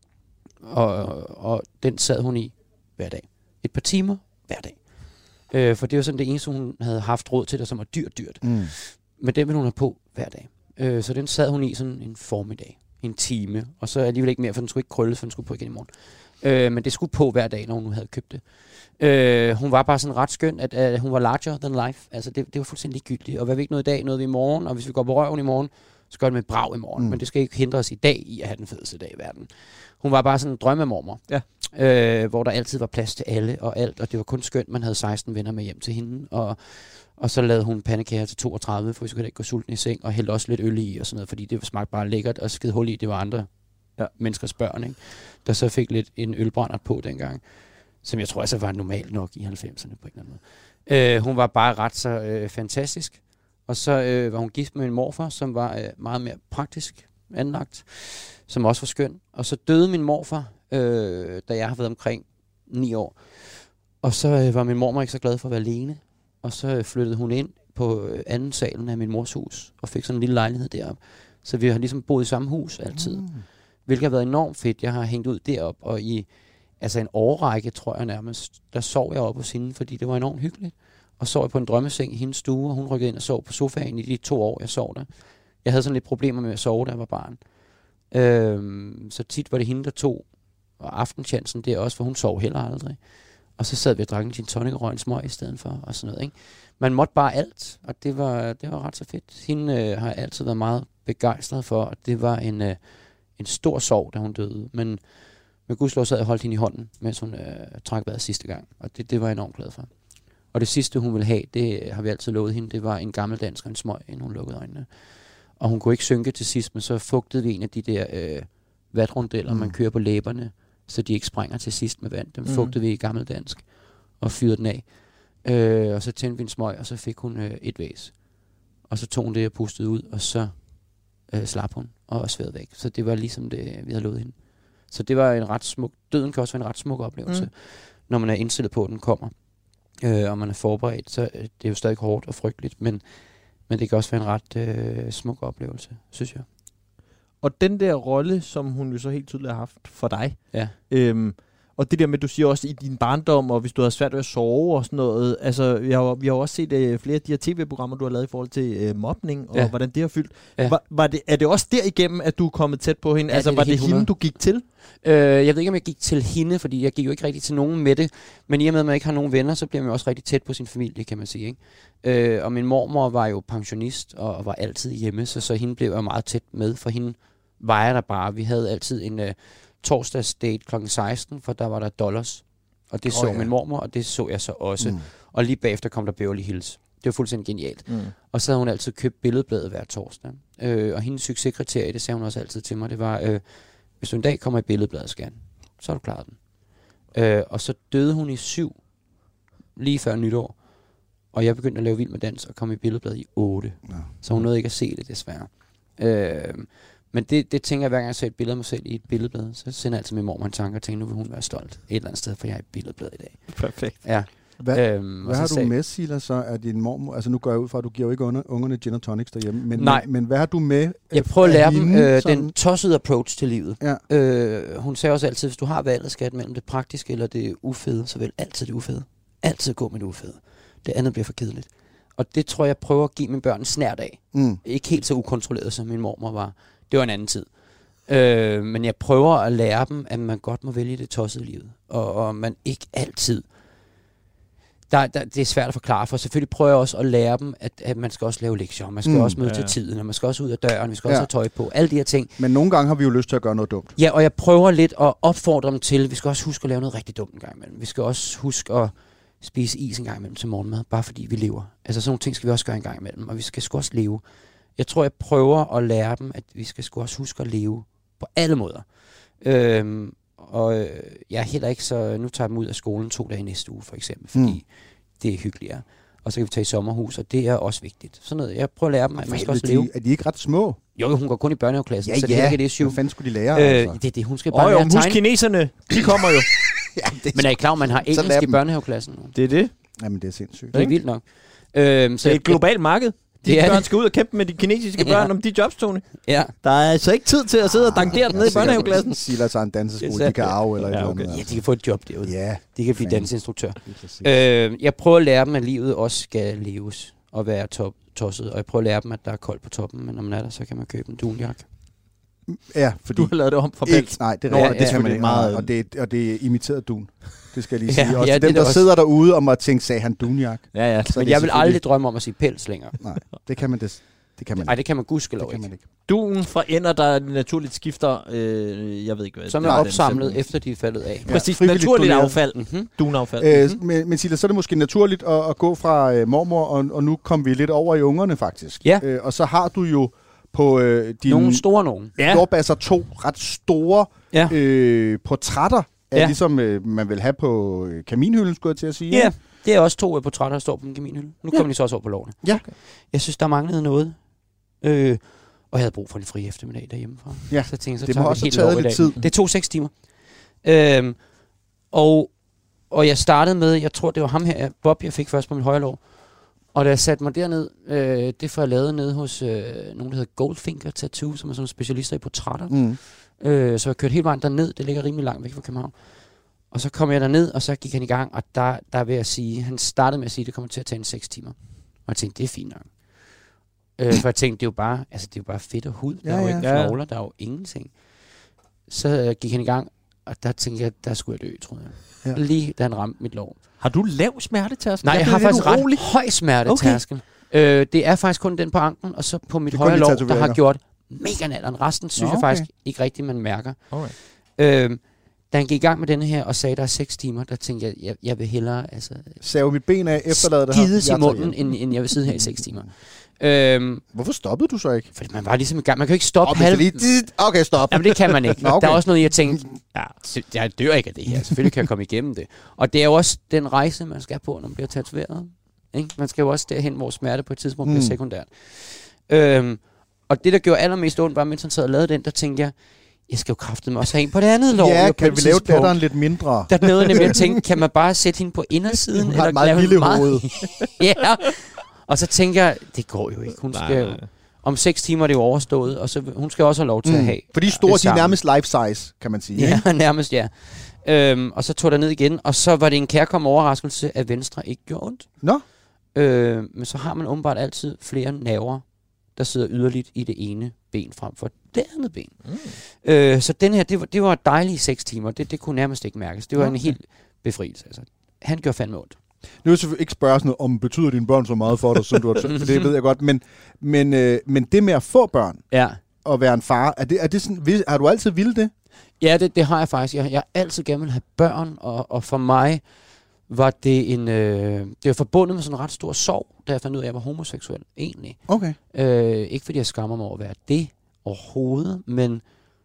Speaker 3: og, og den sad hun i hver dag. Et par timer hver dag. Øh, for det var sådan det eneste, hun havde haft råd til, der som var dyrt, dyrt. Mm. Men den ville hun have på hver dag. Øh, så den sad hun i sådan en formiddag, en time, og så alligevel ikke mere, for den skulle ikke krølles, for den skulle på igen i morgen. Øh, men det skulle på hver dag, når hun nu havde købt det. Øh, hun var bare sådan ret skøn, at, at hun var larger than life. Altså det, det var fuldstændig ligegyldigt. Og hvad vi ikke noget i dag, noget vi i morgen, og hvis vi går på røven i morgen, så gør det med brag i morgen. Mm. Men det skal ikke hindre os i dag i at have den fedeste dag i verden. Hun var bare sådan en drømmemormor, ja. øh, hvor der altid var plads til alle og alt, og det var kun skønt, man havde seksten venner med hjem til hende, og, og så lavede hun pandekager til toogtredive, for vi skulle ikke gå sulten i seng, og hældte også lidt øl i og sådan noget, fordi det smagte bare lækkert, og skide hul i, det var andre ja. menneskers børn, ikke? Der så fik lidt en ølbrænder på dengang, som jeg tror altså var normalt nok i halvfemserne på en eller anden måde. Øh, hun var bare ret så øh, fantastisk, og så øh, var hun gift med en morfar, som var øh, meget mere praktisk anlagt, som også var skøn. Og så døde min morfar, øh, da jeg har været omkring ni år. Og så øh, var min mormor ikke så glad for at være alene. Og så øh, flyttede hun ind på øh, anden salen af min mors hus, og fik sådan en lille lejlighed deroppe. Så vi har ligesom boet i samme hus altid. hvilket har været enormt fedt. Jeg har hængt ud derop og i altså en årrække, tror jeg nærmest, der sov jeg op hos hende, fordi det var enormt hyggeligt. Og sov jeg på en drømmeseng i hendes stue, og hun rykkede ind og sov på sofaen i de to år, jeg sov der. Jeg havde sådan lidt problemer med at sove, da jeg var barn. Øhm, så tit var det hende, der tog aftenchancen der også, for hun sov heller aldrig. Og så sad vi og drak en gin tonic og røg en smøg i stedet for, og sådan noget, ikke? Man måtte bare alt, og det var, det var ret så fedt. Hende øh, har jeg altid været meget begejstret for, og det var en, øh, en stor sorg, da hun døde. Men med Gudslov sad jeg og holdt hende i hånden, mens hun øh, trak vejret sidste gang, og det, det var jeg enormt glad for. Og det sidste, hun ville have, det har vi altid lovet hende, det var en gammel dansk og en smøg, inden hun lukkede øjnene. Og hun kunne ikke synke til sidst, men så fugtede vi en af de der øh, vatrundeller, mm. man kører på læberne, så de ikke sprænger til sidst med vand. Dem mm. fugtede vi i gammeldansk og fyrede den af. Øh, og så tændte vi en smøg, og så fik hun øh, et væs. Og så tog hun det og pustede ud, og så øh, slap hun og var sværet væk. Så det var ligesom det, vi havde lovet hende. Så det var en ret smuk, døden kan også være en ret smuk oplevelse, mm. når man er indstillet på, at den kommer. Øh, og man er forberedt, så øh, det er jo stadig hårdt og frygteligt, men, men det kan også være en ret øh, smuk oplevelse, synes jeg.
Speaker 1: Og den der rolle, som hun jo så helt tydeligt har haft for dig,
Speaker 3: ja.
Speaker 1: øhm, og det der med, du siger også i din barndom, og hvis du har svært ved at sove og sådan noget, altså vi har, vi har også set øh, flere af de her tv-programmer, du har lavet i forhold til øh, mobning, og ja. hvordan det har fyldt. Ja. Var, var det, er det også derigennem, at du er kommet tæt på hende? Ja, altså det var det hende, du gik til?
Speaker 3: Øh, jeg ved ikke, om jeg gik til hende, fordi jeg gik jo ikke rigtig til nogen med det, men i og med, at man ikke har nogen venner, så bliver man jo også rigtig tæt på sin familie, kan man sige, ikke? Øh, og min mormor var jo pensionist, og var altid hjemme, så, så hende blev jeg meget tæt med, for hende var jeg der bare. Vi havde altid en uh, torsdagsdate klokken seksten, for der var der dollars. Og det oh, så ja. min mormor, og det så jeg så også. Mm. Og lige bagefter kom der Beverly Hills. Det var fuldstændig genialt. Mm. Og så havde hun altid købt Billedbladet hver torsdag. Øh, og hendes succeskriterie, det sagde hun også altid til mig, det var, øh, hvis du en dag kommer i Billedbladet, Skjern, så har du klaret den. Øh, og så døde hun i syv, lige før nytår. Og jeg begyndte at lave Vild med Dans og kom i Billedbladet i otte. Ja. Så hun nåede ikke at se det, desværre. Øh, Men det, det tænker jeg, hver gang jeg ser et billede af mig selv i et billedblad, så sender jeg altid min mormor en tanke og tænker, nu vil hun være stolt et eller andet sted, for jeg er et billedblad i dag.
Speaker 1: Perfekt.
Speaker 3: Ja.
Speaker 2: Hvad, øhm, hvad har du sag... med, Silas, så er din mormor? Altså nu går jeg ud fra, at du giver jo ikke under, ungerne gin og tonics derhjemme, men,
Speaker 3: Nej.
Speaker 2: men, men hvad har du med?
Speaker 3: Jeg prøver at lære dem øh, den tossede approach til livet. Ja. Øh, hun sagde også altid, hvis du har valget, skat, mellem det praktiske eller det ufede, så vil altid det ufede. Altid gå med det ufede. Det andet bliver for kedeligt. Og det tror jeg, jeg prøver at give mine børn snært af. Mm. Ikke helt så ukontrolleret, som min mormor var. Det var en anden tid. Øh, men jeg prøver at lære dem, at man godt må vælge det tossede livet. Og, og man ikke altid... Der, der, det er svært at forklare, for selvfølgelig prøver jeg også at lære dem, at, at man skal også lave lektier, man skal mm, også møde ja. til tiden, og man skal også ud af døren, vi skal ja. også have tøj på, alle de her ting.
Speaker 2: Men nogle gange har vi jo lyst til at gøre noget dumt.
Speaker 3: Ja, og jeg prøver lidt at opfordre dem til, vi skal også huske at lave noget rigtig dumt en gang imellem. Vi skal også huske at spise is en gang imellem til morgenmad, bare fordi vi lever. Altså sådan nogle ting skal vi også gøre en gang imellem, og vi skal sgu også leve. Jeg tror, jeg prøver at lære dem, at vi skal sgu også huske at leve på alle måder. Øhm, og øh, jeg er heller ikke så... Nu tager jeg dem ud af skolen to dage næste uge, for eksempel, fordi mm. det er hyggeligere. Og så kan vi tage i sommerhus, og det er også vigtigt. Sådan noget. Jeg prøver at lære dem, at man skal også
Speaker 2: de,
Speaker 3: leve.
Speaker 2: Er de ikke ret små?
Speaker 3: Jo, hun går kun i børnehaveklassen,
Speaker 2: ja,
Speaker 3: så det
Speaker 2: ja.
Speaker 3: er ikke det issue.
Speaker 2: Hvad fanden skulle de lære?
Speaker 3: Øh,
Speaker 2: altså?
Speaker 3: Det er det, hun skal bare
Speaker 1: oh,
Speaker 3: lære
Speaker 1: jo,
Speaker 3: at tegne.
Speaker 1: Husk kineserne, de kommer jo.
Speaker 3: Ja, men er I klar, man har engelsk i børnehaveklassen nu?
Speaker 1: Det er det.
Speaker 2: Jamen, det er sindssygt.
Speaker 3: Det er vildt nok. Øhm, så
Speaker 1: det er et globalt marked. De
Speaker 3: det
Speaker 1: børn skal ud og kæmpe med de kinesiske børn ja. om de jobs, Tony.
Speaker 3: Ja.
Speaker 1: Der er altså ikke tid til at sidde og dankere den ned i børnehaveklassen.
Speaker 2: Silas har en danseskole, de kan arve eller
Speaker 1: ja,
Speaker 2: et
Speaker 1: okay.
Speaker 2: eller andet.
Speaker 3: Ja, de kan få et job derude.
Speaker 2: Ja,
Speaker 3: de kan blive danseinstruktør. Øh, jeg prøver at lære dem, at livet også skal leves og være top, tosset. Og jeg prøver at lære dem, at der er koldt på toppen, men når man er der, så kan man købe en dunjakke.
Speaker 2: Ja, fordi...
Speaker 1: Du har lavet det om for pels.
Speaker 2: Nej, det er
Speaker 1: ja,
Speaker 2: det,
Speaker 1: ja,
Speaker 2: kan man ikke.
Speaker 1: Meget,
Speaker 2: og, det, og det er imiteret dun. Det skal jeg lige sige.
Speaker 3: Ja,
Speaker 2: også
Speaker 3: ja,
Speaker 2: dem,
Speaker 3: det
Speaker 2: der
Speaker 3: også.
Speaker 2: sidder derude og må tænke, sagde han dunjak.
Speaker 1: Ja, ja.
Speaker 3: Men jeg vil aldrig drømme om at sige pels længere.
Speaker 2: Nej, det kan man det. Det kan man
Speaker 3: Nej, det kan man gudskelov
Speaker 2: ikke.
Speaker 3: ikke.
Speaker 1: Duen fra ender, der naturligt skifter, øh, jeg ved ikke hvad.
Speaker 3: Som er opsamlet den, efter de er faldet af.
Speaker 1: Ja, præcis, naturligt affald. Mm-hmm. Duenaffald.
Speaker 2: Øh, mm-hmm. Men, men Silas, så er det måske naturligt at, at gå fra øh, mormor, og, og nu kommer vi lidt over i ungerne faktisk.
Speaker 3: Ja.
Speaker 2: Øh, og så har du jo på øh, dine...
Speaker 3: Nogle store nogen.
Speaker 2: Ja. Storbasser to ret store ja. øh, portrætter, af ja. ligesom øh, man vil have på øh, kaminhylden, skulle jeg til at sige.
Speaker 3: Ja, det er også to øh, portrætter, der står på en kaminhylde. Nu ja. kommer de så også over på lårene.
Speaker 2: Ja. Okay.
Speaker 3: Jeg synes, der manglede noget. Øh, og jeg havde brug for en fri eftermiddag derhjemmefra.
Speaker 2: Ja,
Speaker 3: så tænkte, så
Speaker 2: det må også have taget lidt tid.
Speaker 3: Det tog seks timer. Øhm, og, og jeg startede med, jeg tror, det var ham her, Bob, jeg fik først på mit højre lår. Og da jeg satte mig derned, øh, det får jeg lavet nede hos øh, nogen, der hedder Goldfinger Tattoo, som er sådan specialister i portrætter. Mm. Øh, så jeg kørte hele vejen derned, det ligger rimelig langt væk fra København. Og så kom jeg derned, og så gik han i gang, og der, der vil jeg sige, han startede med at sige, at det kommer til at tage en seks timer. Og jeg tænkte, det er fint nok. øh, for jeg tænkte, det er jo bare, altså, det er jo bare fedt og hud, der ja, er jo ja. ikke knogler, der er jo ingenting. Så øh, gik han i gang, og der tænkte jeg, der skulle jeg dø, tror jeg. Ja. Lige da han ramte mit lår.
Speaker 1: Har du lav smertetærskel?
Speaker 3: Nej, jeg, jeg har faktisk urolig. ret høj smertetærskel. Okay. Øh, det er faktisk kun den på anklen, og så på mit højre lår, der har gjort mega natteren. Resten synes Nå, okay. jeg faktisk ikke rigtigt, man mærker. Okay. Øh, da han gik i gang med denne her og sagde, der er seks timer, der tænkte jeg, jeg, jeg vil hellere altså,
Speaker 2: save mit ben af, efterlade det her.
Speaker 3: Skides i munden, end, end jeg vil sidde her i seks timer. Øhm,
Speaker 2: Hvorfor stoppede du så ikke?
Speaker 3: Fordi man var ligesom i gang. Man kan jo ikke stoppe oh, halv...
Speaker 2: Okay, stop.
Speaker 3: Jamen det kan man ikke. Nå, okay. Der er også noget, jeg tænkte, ja, jeg dør ikke af det her. Selvfølgelig kan jeg komme igennem det. Og det er jo også den rejse, man skal på, når man bliver tatoveret. Ikke? Man skal jo også derhen, hvor smerte på et tidspunkt mm. bliver sekundært. Øhm, og det, der gjorde allermest ondt, var, mens han sad og lavede den, der tænkte jeg, jeg skal jo kraftedeme også have en på det andet lår.
Speaker 2: Ja, kan vi lave datteren lidt mindre?
Speaker 3: Der er noget, nemlig jeg tænkte, kan man bare sætte hende på indersiden?
Speaker 2: Hun har et meget lille hoved.
Speaker 3: Ja. Og så tænker jeg, det går jo ikke. Hun nej, skal jo, nej. Om seks timer er det jo overstået, og så hun skal også have lov til mm. at have.
Speaker 2: For de store, de er nærmest life size, kan man sige.
Speaker 3: Ja, nærmest ja. Øhm, og så tog der ned igen, og så var det en kærkommen overraskelse, at venstre ikke gjorde ondt.
Speaker 2: Nå.
Speaker 3: Øh, men så har man åbenbart altid flere nerver, der sidder yderligt i det ene ben frem for det andet ben. Mm. Øh, så den her, det var, det var dejlige seks timer. Det, det kunne nærmest ikke mærkes. Det var okay. en helt befrielse. Altså. Han gjorde fandme ondt.
Speaker 2: Nu vil jeg selvfølgelig ikke spørge sådan noget, om betyder dine børn så meget for dig, som du har t- for det ved jeg godt, men, men, øh, men det med at få børn,
Speaker 3: ja. og
Speaker 2: være en far, er det, er det sådan, har du altid ville det?
Speaker 3: Ja, det, det har jeg faktisk. Jeg, jeg har altid gerne vil have børn, og, og for mig var det en, øh, det var forbundet med sådan en ret stor sorg, da jeg fandt ud af, at jeg var homoseksuel, egentlig.
Speaker 2: Okay.
Speaker 3: Øh, ikke fordi jeg skammer mig over at være det overhovedet, men,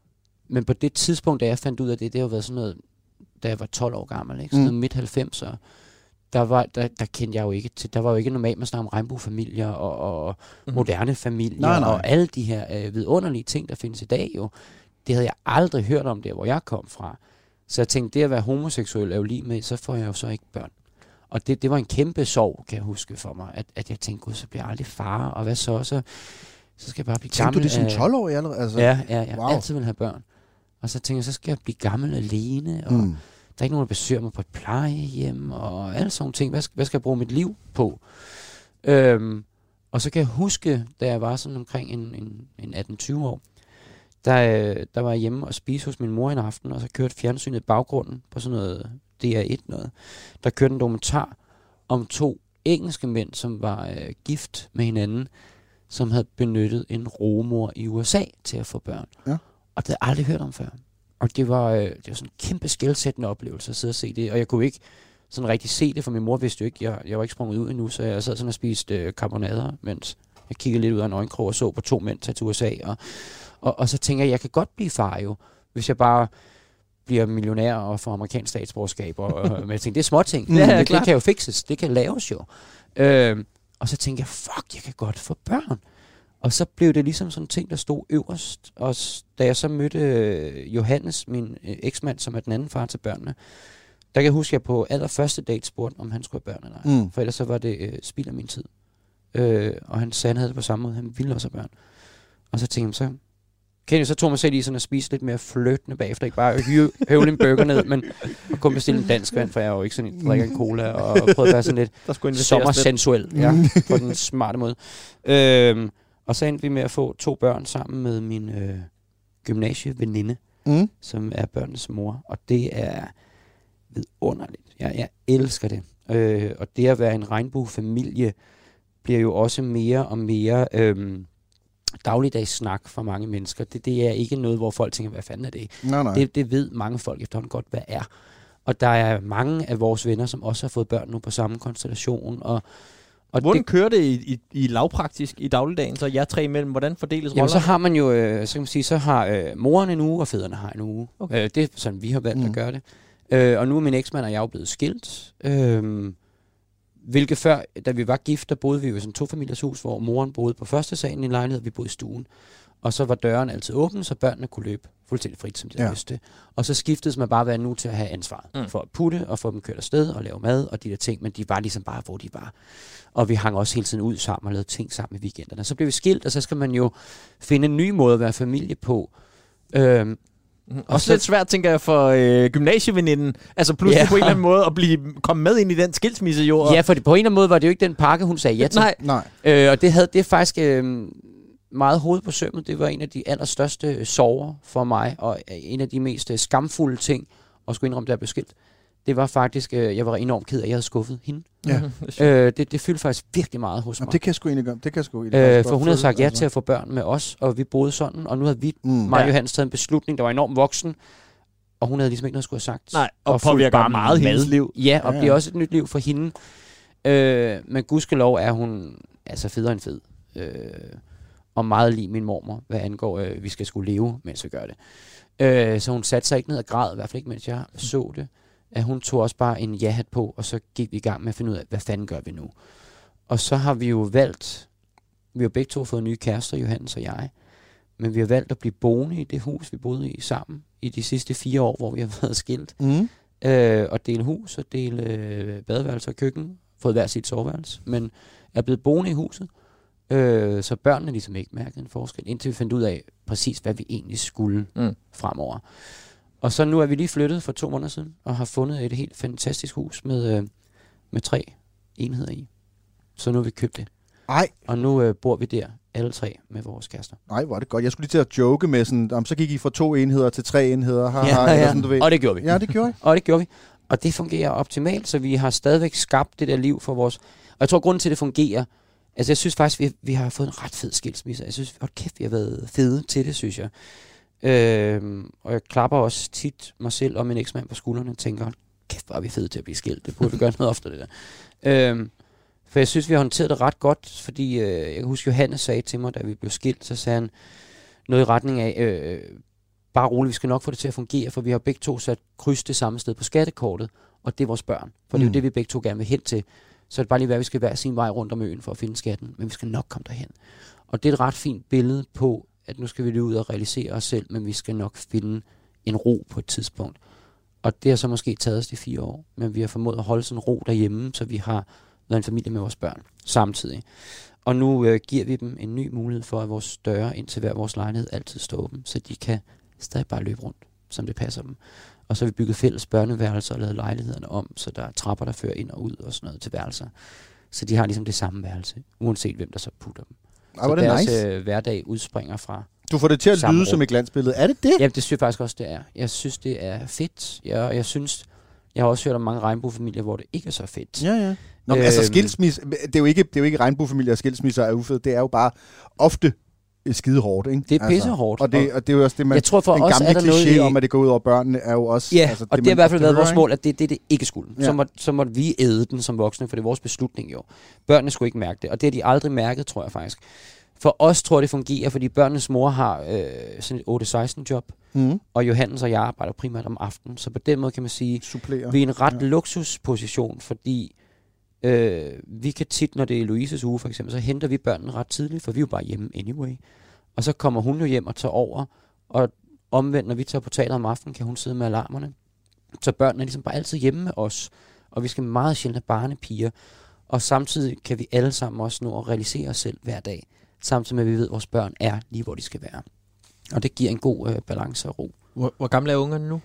Speaker 3: men på det tidspunkt, da jeg fandt ud af det, det har været sådan noget, da jeg var tolv år gammel, ikke? Sådan noget mm. midt halvfemser, der var der, der kendte jeg jo ikke til, der var jo ikke normalt med at snakke om regnbuefamilier og, og mm. moderne familier nej, nej. og alle de her øh, vidunderlige ting, der findes i dag jo. Det havde jeg aldrig hørt om der, hvor jeg kom fra. Så jeg tænkte, det at være homoseksuel er jo lige med, så får jeg jo så ikke børn. Og det, det var en kæmpe sorg, kan jeg huske for mig, at, at jeg tænkte, gud, så bliver jeg aldrig far, og hvad så? Så, så skal jeg bare blive
Speaker 2: tænkte
Speaker 3: gammel.
Speaker 2: Tænkte du det som tolv-årig allerede? Altså?
Speaker 3: Ja, ja, jeg wow. altid vil have børn. Og så tænkte jeg, så skal jeg blive gammel alene, og mm. der er ikke nogen, der besøger mig på et plejehjem, og alle sådan ting. Hvad skal, hvad skal jeg bruge mit liv på? Øhm, og så kan jeg huske, da jeg var sådan omkring en, en, en atten tyve år, der, der var jeg hjemme og spise hos min mor en aften, og så kørte fjernsynet i baggrunden på sådan noget D R et noget. Der kørte en dokumentar om to engelske mænd, som var øh, gift med hinanden, som havde benyttet en rugemor i U S A til at få børn. Ja. Og det havde jeg aldrig hørt om før. Og det var, øh, det var sådan en kæmpe skelsættende oplevelse at sidde og se det. Og jeg kunne ikke sådan rigtig se det, for min mor vidste jo ikke, jeg, jeg var ikke sprunget ud endnu, så jeg sad sådan og spiste øh, karbonader, mens jeg kiggede lidt ud af en øjenkrog og så på to mænd tage til U S A. Og, og, og så tænker jeg, jeg kan godt blive far jo, hvis jeg bare bliver millionær og får amerikansk statsborgerskab. Og, og, men jeg tænkte, det er småting. Mm, det, det, det kan jo fikses, det kan laves jo. Øh, og så tænkte jeg, fuck, jeg kan godt få børn. Og så blev det ligesom sådan en ting, der stod øverst. Og da jeg så mødte øh, Johannes, min øh, eksmand, som er den anden far til børnene, der kan jeg huske, at jeg på allerførste date spurgte, om han skulle have børn eller ej. Mm. For ellers så var det øh, spild af min tid. Øh, og han sagde, han havde det på samme måde. Han ville også have børn. Og så tænkte jeg, så Kenny, så tog mig selv i sådan at spise lidt mere fløtende bagefter. Ikke bare hø- høvle en burger ned, men at kun bestille en dansk vand, for jeg er jo ikke sådan en drikker en cola, og prøvede at være sådan lidt sommersensuel ja, på den smarte måde. Øh, Og så endte vi med at få to børn sammen med min øh, gymnasieveninde, mm. som er børnenes mor. Og det er vidunderligt. Jeg, jeg elsker det. Øh, og det at være en regnbuefamilie bliver jo også mere og mere øh, dagligdags snak for mange mennesker. Det, det er ikke noget, hvor folk tænker, hvad fanden er det?
Speaker 2: Nej, nej.
Speaker 3: Det, det ved mange folk efterhånden godt, hvad er. Og der er mange af vores venner, som også har fået børn nu på samme konstellation, og
Speaker 1: Og hvordan det, kører det i, i, i lavpraktisk i dagligdagen, så jer tre imellem? Hvordan fordeles roller?
Speaker 3: Jamen, så har man jo, øh, så kan man sige, så har øh, moren en uge, og fædrene har en uge. Okay. Øh, det er sådan, vi har valgt mm. at gøre det. Øh, og nu er min eksmand og jeg jo blevet skilt. Øh, hvilket før, da vi var gift, der boede vi jo i sådan en tofamiliers hus, hvor moren boede på første salen i en lejlighed, og vi boede i stuen. Og så var døren altid åben, så børnene kunne løbe fuldstændig frit, som de
Speaker 2: Ja.
Speaker 3: havde lyst til. Og så skiftedes man bare hver nu til at have ansvaret
Speaker 1: Mm.
Speaker 3: for at putte og få dem kørt afsted og lave mad og de der ting, men de var ligesom bare, hvor de var. Og vi hang også hele tiden ud sammen og lavede ting sammen i weekenderne. Så blev vi skilt, og så skal man jo finde en ny måde at være familie på. Øhm,
Speaker 1: Og også lidt svært, tænker jeg, for øh, gymnasieveninden, altså pludselig
Speaker 3: Ja.
Speaker 1: på en eller anden måde at blive komme med ind i den skilsmisse jo. Og
Speaker 3: ja, for det, på en eller anden måde var det jo ikke den pakke, hun sagde ja til.
Speaker 1: Nej.
Speaker 2: Nej.
Speaker 3: Øh, og det havde det er faktisk øh, meget hoved på sømmet. Det var en af de allerstørste sorger for mig, og en af de mest øh, skamfulde ting, at skulle indrømme, da jeg blev skilt. Det var faktisk, øh, jeg var enormt ked af, at jeg havde skuffet hende.
Speaker 2: Ja.
Speaker 3: Øh, det, det fyldte faktisk virkelig meget hos mig.
Speaker 2: Jamen, det kan jeg sgu egentlig gøre. Det kan jeg sgu egentlig
Speaker 3: Øh,
Speaker 2: faktisk
Speaker 3: for
Speaker 2: godt
Speaker 3: hun havde
Speaker 2: føle,
Speaker 3: sagt ja
Speaker 2: altså.
Speaker 3: til at få børn med os, og vi boede sådan, og nu havde vi,
Speaker 2: Mm.
Speaker 3: mig og
Speaker 1: Ja.
Speaker 3: Johannes, taget en beslutning, der var enormt voksen, og hun havde ligesom ikke noget at skulle have sagt.
Speaker 1: Nej, og, og
Speaker 3: fulgt
Speaker 1: påvirker
Speaker 3: bare
Speaker 1: meget
Speaker 3: med.
Speaker 1: hendes liv.
Speaker 3: Ja, og
Speaker 2: Ja, ja.
Speaker 3: bliver også et nyt liv for hende. Øh, men gudskelov er hun altså federe end fed. Øh, og meget lige min mormor, hvad angår, øh, vi skal skulle leve, mens vi gør det. Øh, så hun satte sig ikke ned og græd, i hvert fald ikke, mens jeg så det. At hun tog også bare en ja-hat på, og så gik vi i gang med at finde ud af, hvad fanden gør vi nu? Og så har vi jo valgt, vi har begge to fået nye kærester, Johannes og jeg, men vi har valgt at blive boende i det hus, vi boede i sammen, i de sidste fire år, hvor vi har været skilt.
Speaker 2: Mm.
Speaker 3: Øh, og dele hus og dele øh, badeværelse og køkken. Fået hver sit soveværelse. Men er blevet boende i huset. Øh, så børnene ligesom ikke mærkede en forskel. Indtil vi fandt ud af præcis, hvad vi egentlig skulle
Speaker 1: Mm.
Speaker 3: fremover. Og så nu er vi lige flyttet for to måneder siden. Og har fundet et helt fantastisk hus med, øh, med tre enheder i. Så nu har vi købt det.
Speaker 2: Ej,
Speaker 3: Og nu øh, bor vi der alle tre med vores kærester.
Speaker 2: nej, hvor er det godt. Jeg skulle lige til at joke med sådan, om så gik I fra to enheder til tre enheder. Ha,
Speaker 3: Ja,
Speaker 2: ha, eller
Speaker 3: ja.
Speaker 2: sådan, du ved.
Speaker 3: Og det gjorde vi.
Speaker 2: Ja, det gjorde I.
Speaker 3: Og det gjorde vi. Og det fungerer optimalt, så vi har stadigvæk skabt det der liv for vores... Og jeg tror, grunden til, at det fungerer... Altså, jeg synes faktisk, vi, vi har fået en ret fed skilsmisse. Jeg synes, hold kæft, vi har været fede til det, synes jeg. Øhm, og jeg klapper også tit mig selv og min eksmand på skuldrene og tænker, hold kæft, hvor er vi fede til at blive skilt. Det burde vi gøre noget oftere, det der. Øhm, for jeg synes, vi har håndteret det ret godt, fordi øh, jeg kan huske, Johannes sagde til mig, da vi blev skilt, så sagde han noget i retning af... Øh, bare roligt, vi skal nok få det til at fungere, for vi har begge to sat kryds det samme sted på skattekortet, og det er vores børn. For det er jo
Speaker 2: Mm.
Speaker 3: det, vi begge to gerne vil hen til. Så er det bare lige være, at vi skal hver sin vej rundt om øen for at finde skatten, men vi skal nok komme derhen. Og det er et ret fint billede på, at nu skal vi lige ud og realisere os selv, men vi skal nok finde en ro på et tidspunkt. Og det har så måske taget os de fire år, men vi har formået at holde sådan en ro derhjemme, så vi har været en familie med vores børn samtidig. Og nu øh, giver vi dem en ny mulighed for, at vores døre ind til hver vores lejlighed altid står åben, så de kan stadig bare løbe rundt, som det passer dem. Og så har vi bygget fælles børneværelser og lavet lejlighederne om, så der er trapper, der fører ind og ud og sådan noget til værelser. Så de har ligesom det samme værelse, uanset hvem der så putter dem.
Speaker 2: Ej, hvor er
Speaker 3: så
Speaker 2: det
Speaker 3: deres
Speaker 2: nice.
Speaker 3: øh, hverdag udspringer fra...
Speaker 2: Du får det til at
Speaker 3: Samme
Speaker 2: lyde
Speaker 3: rum.
Speaker 2: som et glansbillede. Er det det?
Speaker 3: Ja, det synes jeg faktisk også, det er. Jeg synes, det er fedt. Jeg, jeg synes... Jeg har også hørt om mange regnbuefamilier, hvor det ikke er så fedt.
Speaker 2: Ja, ja. Nå, men
Speaker 3: Øhm.
Speaker 2: altså skilsmisse, det er jo ikke, det er jo ikke regnbuefamilier og skilsmisser er ufede. Det er jo bare ofte skide hårdt, ikke?
Speaker 3: Det er pissehårdt.
Speaker 2: Altså, og, det, og det er jo også det, man...
Speaker 3: Jeg tror for
Speaker 2: den
Speaker 3: os
Speaker 2: gamle
Speaker 3: er der noget
Speaker 2: kliché
Speaker 3: i-
Speaker 2: om, at det går ud over børnene, er jo også...
Speaker 3: Ja,
Speaker 2: altså,
Speaker 3: og det,
Speaker 2: man
Speaker 3: har i hvert fald
Speaker 2: ofte
Speaker 3: været vores
Speaker 2: hører,
Speaker 3: mål, at det er det, det ikke skulle.
Speaker 2: Ja.
Speaker 3: Så, må, så måtte vi æde den som voksne, for det er vores beslutning jo. Børnene skulle ikke mærke det, og det har de aldrig mærket, tror jeg faktisk. For os tror jeg, det fungerer, fordi børnenes mor har øh, sådan et otte seksten job,
Speaker 2: ikke? Mm.
Speaker 3: og Johannes og jeg arbejder primært om aftenen. Så på den måde kan man sige,
Speaker 2: Supplerer.
Speaker 3: vi er i en ret
Speaker 2: Ja.
Speaker 3: ja. luksusposition, fordi øh, vi kan tit, når det er Louises uge for eksempel, så henter vi børnene ret tidligt, for vi er jo bare hjemme anyway. Og så kommer hun jo hjem og tager over, og omvendt, når vi tager på teater om aftenen, kan hun sidde med alarmerne. Så børnene er ligesom bare altid hjemme med os, og vi skal meget sjældent have barnepiger. Og samtidig kan vi alle sammen også nå at realisere os selv hver dag, samtidig med, at vi ved, at vores børn er lige, hvor de skal være. Og det giver en god øh, balance og ro.
Speaker 1: Hvor, hvor gamle er ungerne nu?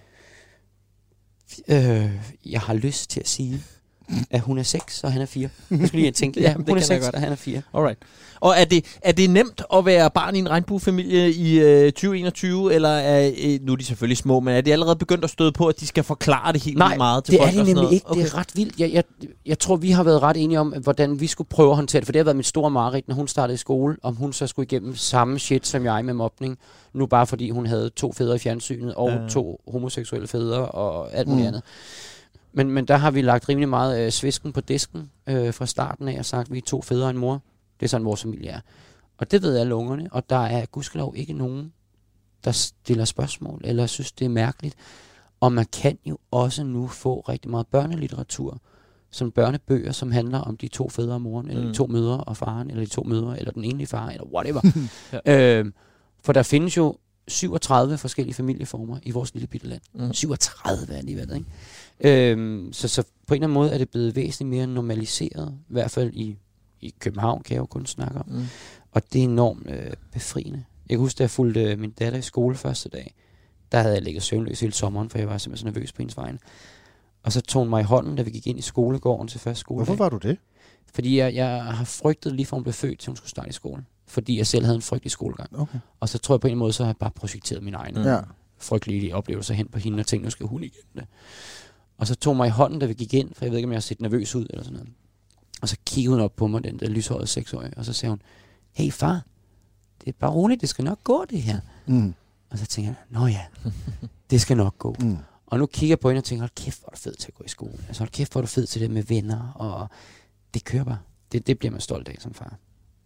Speaker 3: Øh, jeg har lyst til at sige, at hun er seks, og han er fire. Jeg skulle lige tænke, ja,
Speaker 1: Jamen, det
Speaker 3: hun er
Speaker 1: kan jeg
Speaker 3: seks,
Speaker 1: godt.
Speaker 3: og han er fire.
Speaker 1: Alright. Og er det, er det nemt at være barn i en regnbuefamilie i øh, tyve enogtyve, eller er, øh, nu er de selvfølgelig små, men er de allerede begyndt at støde på, at de skal forklare det helt
Speaker 3: Nej,
Speaker 1: vildt meget til
Speaker 3: det
Speaker 1: folk?
Speaker 3: er det
Speaker 1: og sådan
Speaker 3: nemlig
Speaker 1: noget?
Speaker 3: ikke. Okay. Det er ret vildt. Jeg, jeg, jeg tror, vi har været ret enige om, hvordan vi skulle prøve at håndtere det, for det har været mit store mareridt, når hun startede i skole, om hun så skulle igennem samme shit som jeg med mobning, nu bare fordi hun havde to fædre i fjernsynet, og
Speaker 1: Ja.
Speaker 3: to homoseksuelle fædre, og alt muligt
Speaker 2: Mm.
Speaker 3: andet. Men, men der har vi lagt rimelig meget øh, svisken på disken øh, fra starten af, og sagt, at vi er to fædre og en mor. Det er sådan, vores familie er. Og det ved alle ungerne, og der er gudskelov ikke nogen, der stiller spørgsmål, eller synes, det er mærkeligt. Og man kan jo også nu få rigtig meget børnelitteratur, som børnebøger, som handler om de to fædre og moren, eller
Speaker 1: Mm.
Speaker 3: de to mødre og faren, eller de to mødre, eller den enlige far, eller whatever. ja. øhm, for der findes jo syvogtredive forskellige familieformer i vores lille bitte land. Mm. syvogtredive er alligevel, ikke? Øhm, så, så på en eller anden måde er det blevet væsentligt mere normaliseret, i hvert fald i, i København, kan jeg jo kun snakke om. Mm. Og det er enormt øh, befriende. Jeg kan huske, da jeg fulgte min datter i skole første dag, der havde jeg ligget søvnløs hele sommeren, for jeg var simpelthen så nervøs på hendes vegne. Og så tog hun mig i hånden, da vi gik ind i skolegården til første skoledag.
Speaker 2: Hvorfor var du det?
Speaker 3: Fordi jeg, jeg har frygtet lige fra hun blev født, til hun skulle starte i skole. Fordi jeg selv havde en frygtelig skolegang. Okay. Og så tror jeg på en måde, så har jeg bare projekteret mine egne ja. frygtelige oplevelser hen på hende, og tænkte, nu skal hun igen det. Og så tog hun mig i hånden, da vi gik ind, for jeg ved ikke, om jeg har set nervøs ud, eller sådan noget. Og så kiggede hun op på mig, den der lyshårede seksårige, og så sagde hun, hey far, det er bare roligt, det skal nok gå det her. Mm. Og så tænker jeg, nå ja, det skal nok gå. Mm. Og nu kigger jeg på hende og tænker, hold kæft, hvor er du fed til at gå i skole. Altså hold kæft, hvor er du fed til det med venner, og det kører bare. Det, det bliver man stolt af som far.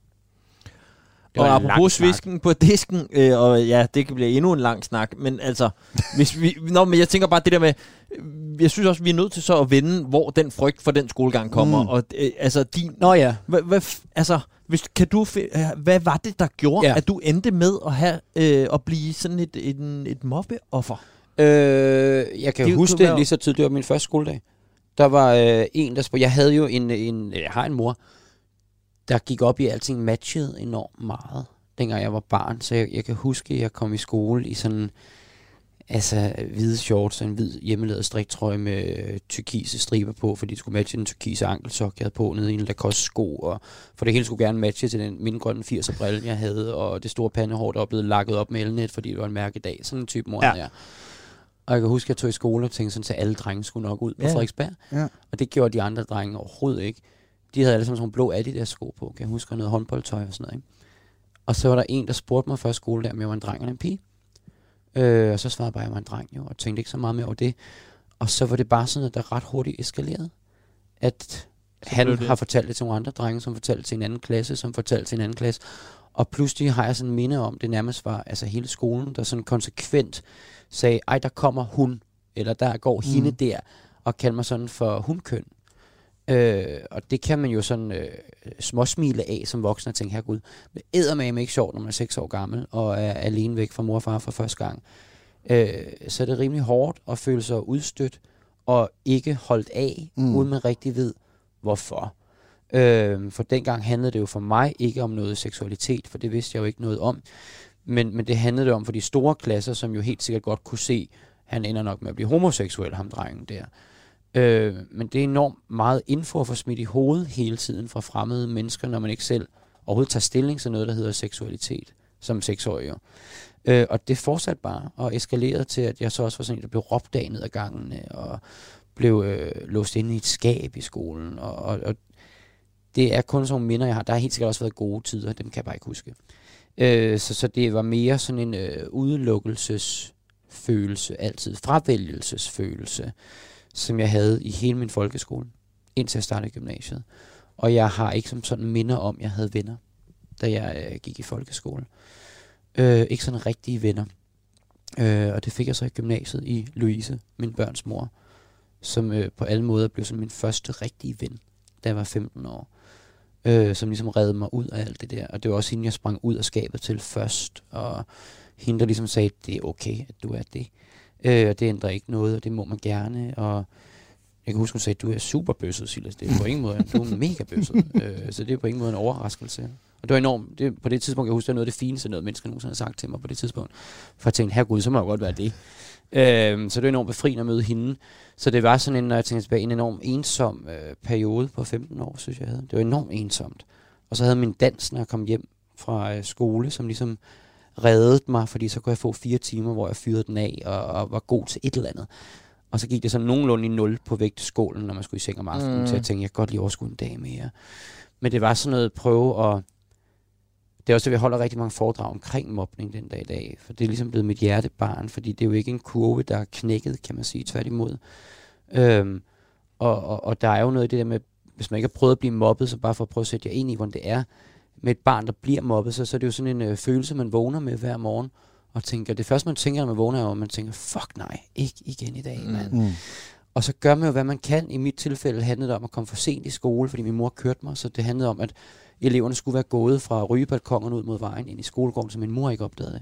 Speaker 1: Og apropos svisken på disken, øh, og ja, det kan blive endnu en lang snak, men altså, hvis vi, nå, men jeg tænker bare det der med, jeg synes også, vi er nødt til så at vende, hvor den frygt for den skolegang kommer, mm. og øh, altså din,
Speaker 3: nå ja,
Speaker 1: hva, hva, altså, hvis, kan du, hvad var det, der gjorde, ja. at du endte med at have, øh, at blive sådan et, et, et mobbeoffer?
Speaker 3: Øh, jeg kan det, huske det lige så tydeligt, det var min første skoledag. Der var øh, en, der spurgte, jeg havde jo en, en, jeg har en mor, der gik op i alting, matchede enormt meget, dengang jeg var barn. Så jeg, jeg kan huske, at jeg kom i skole i sådan, altså hvide shorts og en hvid hjemmelavet striktrøje med øh, turkise striber på, fordi det skulle matche den turkise ankelsok, jeg havde på nede i en Lacoste sko, og for det hele skulle gerne matche til den mindgrønne firser brille, jeg havde, og det store pandehår, der var blevet lakket op med elnet, fordi det var en mærkedag. Sådan en type mor, ja. der. Og jeg kan huske, at jeg tog i skole og tænkte sådan, at alle drenge skulle nok ud på ja. Frederiksberg. Ja. Og det gjorde de andre drenge overhovedet ikke. De havde alle sammen sådan nogle blå Adidas sko på, kan jeg huske, noget håndboldtøj og sådan noget, ikke? Og så var der en, der spurgte mig første skole der, om jeg var en dreng eller en pige. Øh, og så svarede jeg bare, at jeg var en dreng, jo, og tænkte ikke så meget mere over det. Og så var det bare sådan, at der ret hurtigt eskalerede. At han har fortalt det til nogle andre drenge, som fortalte til en anden klasse, som fortalte til en anden klasse. Og pludselig har jeg sådan en minde om, det nærmest var altså hele skolen, der sådan konsekvent sagde, ej, der kommer hun, eller der går mm. hende der, og kaldte mig sådan for hunkøn. Øh, og det kan man jo sådan øh, småsmile af som voksen og tænke, herregud, det eddermame ikke sjovt, når man er seks år gammel og er alene væk fra mor og far for første gang. Øh, så er det rimelig hårdt at føle sig udstødt og ikke holdt af, mm. uden man rigtig ved, hvorfor. Øh, for dengang handlede det jo for mig ikke om noget seksualitet, for det vidste jeg jo ikke noget om. Men, men det handlede det om for de store klasser, som jo helt sikkert godt kunne se, han ender nok med at blive homoseksuel, ham drengen der. Øh, men det er enormt meget info for smidt i hovedet hele tiden fra fremmede mennesker, når man ikke selv overhovedet tager stilling til noget, der hedder seksualitet, som seksårig. Øh, og det fortsatte bare og eskalerede til, at jeg så også var sådan en, der blev råbt af ned ad gangene, og blev øh, låst inde i et skab i skolen. Og, og, og det er kun sådan nogle minder, jeg har. Der har helt sikkert også været gode tider, dem kan jeg bare ikke huske. Øh, så, så det var mere sådan en øh, udelukkelsesfølelse, altid fravælgelsesfølelse, som jeg havde i hele min folkeskole, indtil jeg startede gymnasiet. Og jeg har ikke som sådan minder om, at jeg havde venner, da jeg øh, gik i folkeskole. Øh, ikke sådan rigtige venner. Øh, og det fik jeg så i gymnasiet i Louise, min børns mor, som øh, på alle måder blev sådan min første rigtige ven, da jeg var femten år. Øh, som ligesom reddede mig ud af alt det der. Og det var også hende, jeg sprang ud af skabet til først. Og hende, der ligesom sagde, det er okay, at du er det. Øh, og det ændrer ikke noget, og det må man gerne. Og jeg kan huske, hun sagde, du er super bøsset, Silas. Det er på ingen måde, du er mega bøsset. øh, så det er på ingen måde en overraskelse. Og det var enormt, det, på det tidspunkt, jeg husker, det var noget af det fineste, noget mennesker nogensinde har sagt til mig på det tidspunkt. For jeg tænkte, herregud, så må jeg godt være det. Øh, så det var enormt befriende at møde hende. Så det var sådan en, når jeg tænkte tilbage, en enormt ensom øh, periode på femten år, synes jeg havde. Det var enormt ensomt. Og så havde min dans, når jeg kom hjem fra øh, skole, som ligesom reddede mig, fordi så kunne jeg få fire timer, hvor jeg fyrede den af og, og var god til et eller andet. Og så gik det sådan nogenlunde i nul på vægtskålen, når man skulle i seng om aftenen, mm. til at tænke, jeg kan godt lige overskue en dag mere. Men det var sådan noget at prøve at... Det er også, at vi holder rigtig mange foredrag omkring mobning den dag i dag, for det er ligesom blevet mit hjertebarn, fordi det er jo ikke en kurve, der er knækket, kan man sige, tværtimod. Øhm, og, og, og der er jo noget i det der med, hvis man ikke har prøvet at blive mobbet, så bare for at prøve at sætte jer ind i, hvordan det er, med et barn, der bliver mobbet, så, så er det jo sådan en øh, følelse, man vågner med hver morgen, og tænker, det første, man tænker, når man vågner, er, at man tænker, fuck nej, ikke igen i dag, mand. Mm. Og så gør man jo, hvad man kan. I mit tilfælde handlede det om at komme for sent i skole, fordi min mor kørte mig, så det handlede om, at eleverne skulle være gået fra rygebalkongen ud mod vejen ind i skolegården, så min mor ikke opdagede det.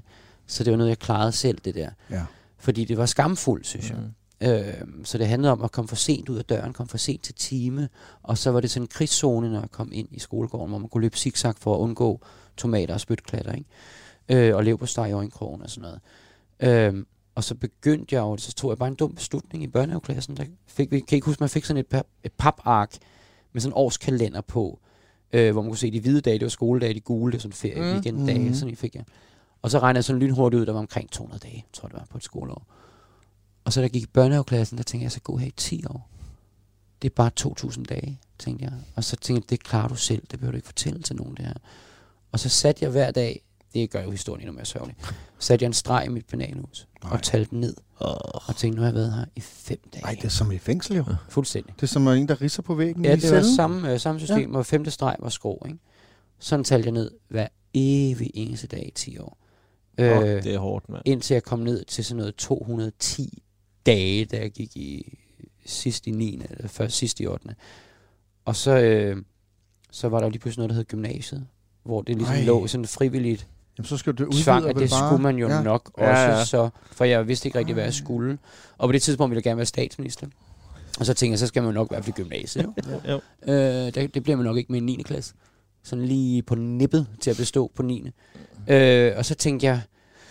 Speaker 3: Så det var noget, jeg klarede selv, det der.
Speaker 2: Ja.
Speaker 3: Fordi det var skamfuldt, synes
Speaker 1: Mm.
Speaker 3: jeg. Øh, så det handlede om at komme for sent ud af døren, komme for sent til time, og så var det sådan en krigszone, når jeg kom ind i skolegården, hvor man kunne løbe zigzag for at undgå tomater og spytklatter, ikke? Øh, og leverpostej i øjenkrogen og sådan noget. Øh, og så begyndte jeg jo, så tog jeg bare en dum beslutning i børnehaveklassen. Der fik vi, kan I ikke huske, man fik sådan et, pap, et papark med sådan en årskalender på, øh, hvor man kunne se de hvide dage, det var skoledage, de gule, det var sådan ferie, mm. weekenddage, mm. sådan en fik jeg. Og så regnede jeg sådan lynhurtigt ud, der var omkring to hundrede dage, tror jeg det var, på et skoleår. Og så da jeg gik i børnehaveklassen, der tænkte jeg, jeg skal gå her i ti år. Det er bare to tusind dage, tænkte jeg. Og så tænkte jeg, det klarer du selv, det behøver du ikke fortælle til nogen, det her. Og så satte jeg hver dag, det gør jo historien endnu mere sørgelig, satte jeg en streg i mit bananhus Nej. og talte ned. Oh. Og tænkte, nu har jeg været her i fem dage.
Speaker 2: Nej, det er som i fængsel jo.
Speaker 3: Fuldstændig.
Speaker 2: Det er som en, der ridser på væggen
Speaker 3: ja,
Speaker 2: i
Speaker 3: det
Speaker 2: cellen.
Speaker 3: var samme, øh, samme system, ja. Og femte streg var skrå, ikke? Sådan talte jeg ned hver evig eneste dag i ti år.
Speaker 1: Oh, øh, det er hårdt, mand.
Speaker 3: Indtil jeg kom ned til sådan noget to hundrede og ti dage, da jeg gik i sidst i niende eller først sidst i ottende Og så, øh, så var der lige pludselig noget, der hed gymnasiet, hvor det ligesom Ej. lå sådan frivilligt.
Speaker 2: Jamen, så skal du udvide,
Speaker 3: tvang, at det
Speaker 2: bare...
Speaker 3: skulle man jo ja. nok også,
Speaker 1: ja, ja.
Speaker 3: Så, for jeg vidste ikke rigtig, hvad jeg skulle. Og på det tidspunkt ville jeg gerne være statsminister. Og så tænkte jeg, så skal man jo nok være på gymnasiet. Jo.
Speaker 1: jo.
Speaker 3: Øh, det, det bliver man nok ikke med i niende klasse. Sådan lige på nippet til at bestå på niende Øh, og så tænkte jeg,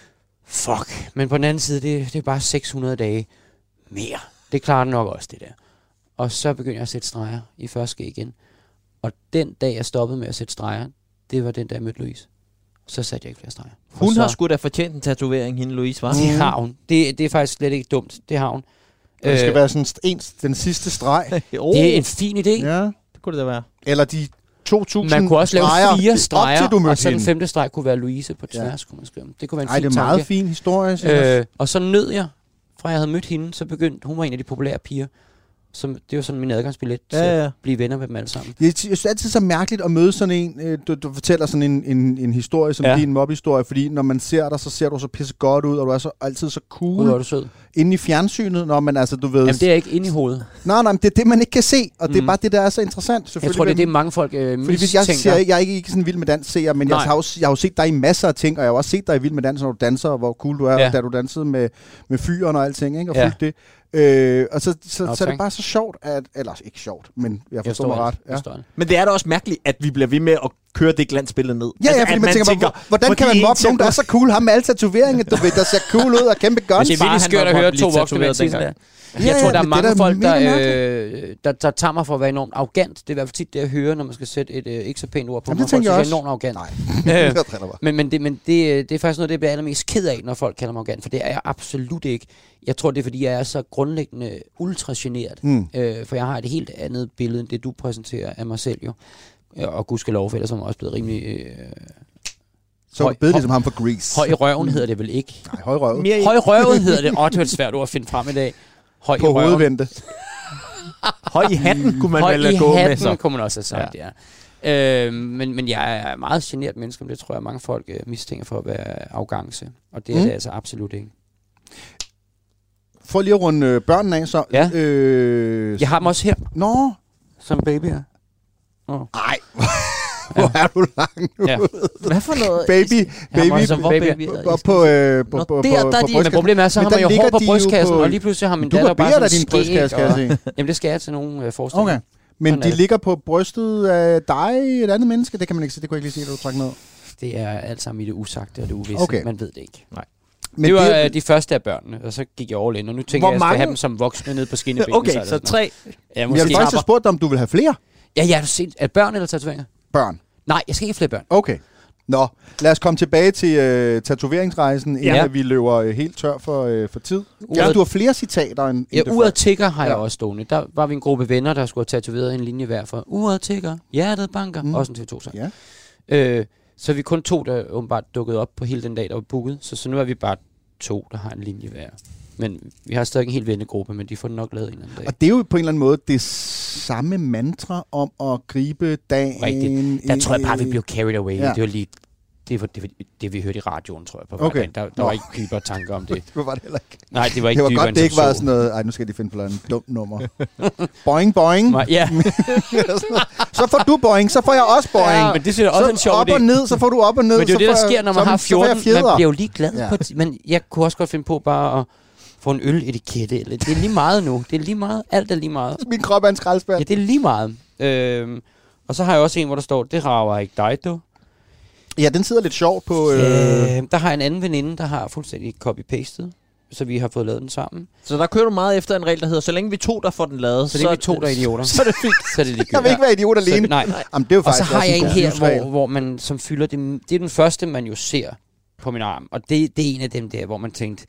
Speaker 3: fuck, men på den anden side, det, det er bare seks hundrede dage mere. Det klarer den nok også, det der. Og så begyndte jeg at sætte streger i første G igen. Og den dag, jeg stoppede med at sætte streger, det var den dag, jeg mødte Louise. Så satte jeg ikke flere streger.
Speaker 1: Hun
Speaker 3: så,
Speaker 1: har sgu da fortjent en tatovering, hende Louise, var?
Speaker 3: Det har hun. Det, det er faktisk slet ikke dumt. Det har hun.
Speaker 2: Og det skal øh, være sådan en, den sidste streg.
Speaker 3: oh. Det er en fin idé.
Speaker 2: Ja.
Speaker 1: Det kunne det da være.
Speaker 2: Eller de to tusind
Speaker 3: man kunne også lave
Speaker 2: streger,
Speaker 3: fire streger,
Speaker 2: til,
Speaker 3: og så den femte streg kunne være Louise på tværs, ja. kunne man skrive. Det kunne være en
Speaker 2: Ej,
Speaker 3: fin
Speaker 2: det er en meget
Speaker 3: tanke.
Speaker 2: fin historie.
Speaker 3: Øh, og så nød jeg, fra jeg havde mødt hende, så begyndte, hun var en af de populære piger. Som, det var sådan min adgangsbillet til ja, ja. at blive venner med dem alle sammen.
Speaker 2: Jeg, jeg synes altid så mærkeligt at møde sådan en, øh, du, du fortæller sådan en, en, en historie som ja. din mobhistorie, fordi når man ser dig, så ser du så pisse godt ud, og du er så altid så cool.
Speaker 3: Ud er du sød.
Speaker 2: Inde i fjernsynet, når man altså, du ved...
Speaker 3: Jamen, det er ikke inde i hovedet.
Speaker 2: Nej, nej, men det er det, man ikke kan se, og mm. det er bare det, der er så interessant.
Speaker 3: Jeg tror, det er det, mange folk øh,
Speaker 2: fordi hvis jeg siger, jeg er ikke, ikke sådan vild med dans, ser, men jeg har, jo, jeg har jo set dig i masser af ting, og jeg har også set dig i Vild med Dans, når du danser, og hvor cool du er, ja. da du dansede med, med fyren og alting, ikke? Og ja. det. Øh, og så, så, Nå, så er det bare så sjovt, at... Eller ikke sjovt, men jeg forstår mig ret. Ja.
Speaker 1: Men det er da også mærkeligt, at vi bliver ved med at køre det glansbillede ned.
Speaker 2: Ja, ja, fordi man tænker, tænker hvordan kan man mobbe nogen, der er så cool? Ham med alle tatoveringer, du ved, der ser cool ud og kæmpe guns.
Speaker 3: Det er virkelig skørt at høre to voksne mænd sige sådan der. Jeg ja, tror, der er mange der folk, der, øh, der, der tager mig for at være enormt arrogant. Det er i hvert fald tit det, jeg hører, når man skal sætte et øh, ikke så pænt ord på.
Speaker 2: Jamen, det tænker jeg også.
Speaker 3: Enormt arrogant.
Speaker 2: Nej,
Speaker 3: men, men, det, men det, det er faktisk noget, det jeg bliver allermest ked af, når folk kalder mig arrogant. For det er jeg absolut ikke. Jeg tror, det er, fordi jeg er så grundlæggende ultrageneret. Mm. Øh, for jeg har et helt andet billede, end det du præsenterer af mig selv jo. Og gudskelov, for ellers er jeg også blevet rimelig... Øh,
Speaker 2: Så høj, bedre ligesom ham for Grease.
Speaker 3: Høj i røven hedder det vel ikke?
Speaker 2: Nej, høj røven.
Speaker 3: Høj i røven hedder det. Åh, det var et svært ord at finde frem i dag. Høj
Speaker 2: på hovedvendte.
Speaker 1: Høj i hatten kunne man
Speaker 3: Høj
Speaker 1: vel gå med.
Speaker 3: Høj i hatten kunne man også have sagt, ja. ja. Øh, men, men jeg er meget genert menneske, men det tror jeg, mange folk øh, mistænker for at være arrogance. Og det er mm. det altså absolut ikke.
Speaker 2: For lige at runde øh, børnene af, så...
Speaker 3: Ja.
Speaker 2: Øh,
Speaker 3: jeg har dem også her.
Speaker 2: Nå.
Speaker 3: Som babyer.
Speaker 2: Oh. Ej. Hvor er du langt ud?
Speaker 1: Ja. Hvad for noget?
Speaker 2: Baby, baby,
Speaker 3: altså, hvor baby,
Speaker 2: baby op på øh, på på
Speaker 3: der, der
Speaker 2: på
Speaker 3: de, men problemet er, så har man jo hår på brystkassen, på, og lige pludselig har min datter bare sådan
Speaker 2: din brystkasse, kan jeg se.
Speaker 3: Jamen, det skal jeg til nogle øh, forestillinger.
Speaker 2: Okay. Men sådan de ligger på brystet af dig, et andet menneske? Det kan man ikke se, det kunne jeg ikke lige se, at du trækker ned.
Speaker 3: Det er alt sammen i det usagte og det uvisse.
Speaker 2: Okay.
Speaker 3: Man ved det ikke.
Speaker 1: Nej.
Speaker 3: Men det var det, de første af børnene, og så gik jeg all in, og nu tænker jeg, at jeg skal have dem som voksne ned på skinneben.
Speaker 1: Okay, så tre.
Speaker 2: Ja, jeg vil faktisk have spurgt dig, om du vil have flere.
Speaker 3: Ja, ja, du set. Er børn eller tatoveringer?
Speaker 2: Børn.
Speaker 3: Nej, jeg skal ikke have flere børn.
Speaker 2: Okay. Nå, lad os komme tilbage til øh, tatoveringsrejsen, inden ja. vi løber øh, helt tør for, øh, for tid. Ja, du har flere citater end, end
Speaker 3: ja, det uret tigger har ja. jeg også stående. Der var vi en gruppe venner, der skulle have tatoveret en linje hver for. Uret tigger, hjertet banker, mm. også en T V to-sang. Ja. Øh, så vi kun to, der åbenbart dukkede op på hele den dag, der var booket. Så, så nu er vi bare to, der har en linje hver. Men vi har stadig en helt vennegruppe, men de får nok lavet en eller anden dag.
Speaker 2: Og det er jo på en eller anden måde det samme mantra om at gribe dagen.
Speaker 3: Rigtigt. Der tror jeg bare, vi blev carried away. Ja. Det var lige Det var det, det, vi hørte i radioen, tror jeg, på
Speaker 2: okay.
Speaker 3: vejen. Der, der var ikke dybere tanker om det.
Speaker 2: Det var det heller ikke.
Speaker 3: Nej, det var ikke
Speaker 2: det var
Speaker 3: dybere
Speaker 2: godt, det ikke var sådan noget... Ej, nu skal de finde på en dum nummer. Boing, boing.
Speaker 3: Ja.
Speaker 2: Så får du boing, så får jeg også boing. Ja,
Speaker 3: men det synes jeg også
Speaker 2: så
Speaker 3: en sjov
Speaker 2: op
Speaker 3: idé.
Speaker 2: og ned, så får du op og ned.
Speaker 3: Men det er jo det, der sker, når man har fjorten. Man bliver jo lige glad
Speaker 2: ja.
Speaker 3: på... T- men jeg kunne også godt finde på bare at få en øl-etikette. Eller, det er lige meget nu. Det er lige meget. Alt er lige meget.
Speaker 2: Min krop er en skraldespand.
Speaker 3: Ja, det er lige meget. Øhm, og så har jeg også en, hvor der står, det rager ikke dig, du.
Speaker 2: Ja, den sidder lidt sjovt på... Øh...
Speaker 3: Øh, der har en anden veninde, der har fuldstændig copy-pastet, så vi har fået lavet den sammen.
Speaker 1: Så der kører du meget efter en regel, der hedder, så længe vi to, der får den lavet,
Speaker 3: så, så længe vi to, der er idioter.
Speaker 1: Så er det fint.
Speaker 3: Så er det ligegyldigt.
Speaker 2: Jeg vil ikke være idiot alene.
Speaker 3: Så, nej. nej.
Speaker 2: Jamen, det er jo
Speaker 3: og så har jeg en her,
Speaker 2: hvor,
Speaker 3: hvor, hvor man som fylder det. Det er den første, man jo ser på min arm. Og det, det er en af dem der, hvor man tænkte,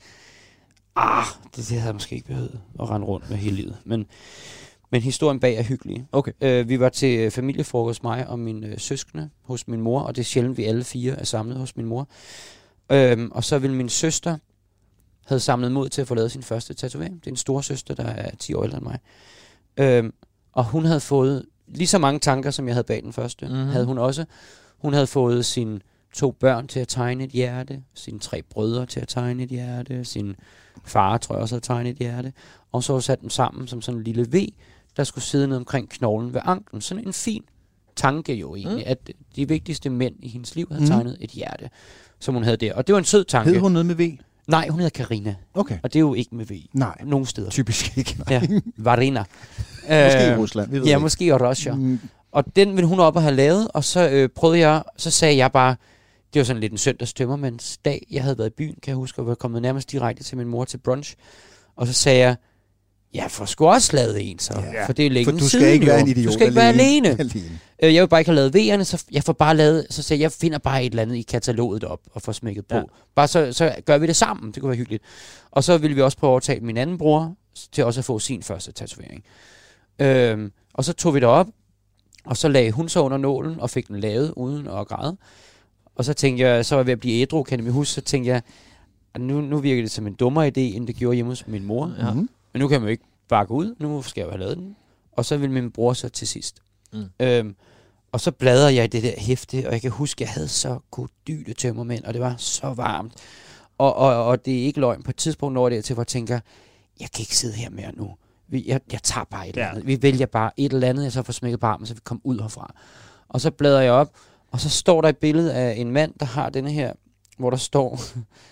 Speaker 3: ah, det, det havde jeg måske ikke behøvet at rende rundt med hele livet. Men, men historien bag er hyggelig.
Speaker 1: Okay.
Speaker 3: Øh, vi var til familiefrokost, mig og mine øh, søskende, hos min mor. Og det er sjældent, vi alle fire er samlet hos min mor. Øhm, og så ville min søster havde samlet mod til at få lavet sin første tatovering. Det er en store søster, der er ti år ældre end mig. Øhm, og hun havde fået lige så mange tanker, som jeg havde bag den første. Mm-hmm. Havde hun også. Hun havde fået sine to børn til at tegne et hjerte, sine tre brødre til at tegne et hjerte, sin far, tror jeg også, havde tegnet et hjerte. Og så sat dem sammen som sådan en lille V, der skulle sidde ned omkring knoglen ved anklen. Sådan en fin tanke jo egentlig, mm. at de vigtigste mænd i hendes liv havde mm. tegnet et hjerte, som hun havde der. Og det var en sød tanke.
Speaker 2: Hed hun noget med V?
Speaker 3: Nej, hun hedder Karina.
Speaker 2: Okay.
Speaker 3: Og det er jo ikke med V.
Speaker 2: Nej.
Speaker 3: Nogle steder.
Speaker 2: Typisk ikke.
Speaker 3: Ja, Varina.
Speaker 2: Måske i Rusland, vi ved
Speaker 3: Ja,
Speaker 2: ikke.
Speaker 3: måske i Russia. Mm. Og den ville hun op og have lavet, og så øh, prøvede jeg, så sagde jeg bare, det var sådan lidt en søndags tømmermandsdag. Jeg havde været i byen, kan jeg huske, og var kommet nærmest direkte til min mor til brunch. Og så sagde jeg, ja, for sgu også lavet en, så.
Speaker 2: Ja.
Speaker 3: For det er længe
Speaker 2: for du skal
Speaker 3: siden,
Speaker 2: ikke
Speaker 3: jo.
Speaker 2: være en idiot.
Speaker 3: Du skal ikke
Speaker 2: alene.
Speaker 3: være alene.
Speaker 2: alene.
Speaker 3: Øh, jeg vil bare ikke have lavet V'erne, så jeg får bare lavet, så sagde jeg, jeg finder bare et eller andet i kataloget op og får smækket på. Ja. Bare så, så gør vi det sammen, det kunne være hyggeligt. Og så ville vi også prøve at overtale min anden bror til også at få sin første tatovering. Øhm, og så tog vi det op, og så lagde hun så under nålen og fik den lavet uden at græde. Og så tænkte jeg, så var jeg ved at blive ædru, kan jeg huske, så tænkte jeg, at nu, nu virker det som en dummere idé, end det gjorde hjemme hos min mor. Ja. Men nu kan man jo ikke bare gå ud, nu skal jeg jo have lavet den. Og så ville min bror så til sidst. Mm. Øhm, og så bladrede jeg i det der hæfte, og jeg kan huske, at jeg havde så godyle tømmermænd, og det var så varmt. Og, og, og det er ikke løgn. På et tidspunkt når jeg dertil, hvor jeg tænker, jeg kan ikke sidde her mere nu. Vi, jeg, jeg tager bare et ja. eller andet. Vi vælger bare et eller andet, jeg så får smækket på armen, så vi kommer ud herfra. Og så bladrer jeg op, og så står der et billede af en mand, der har denne her, hvor der står,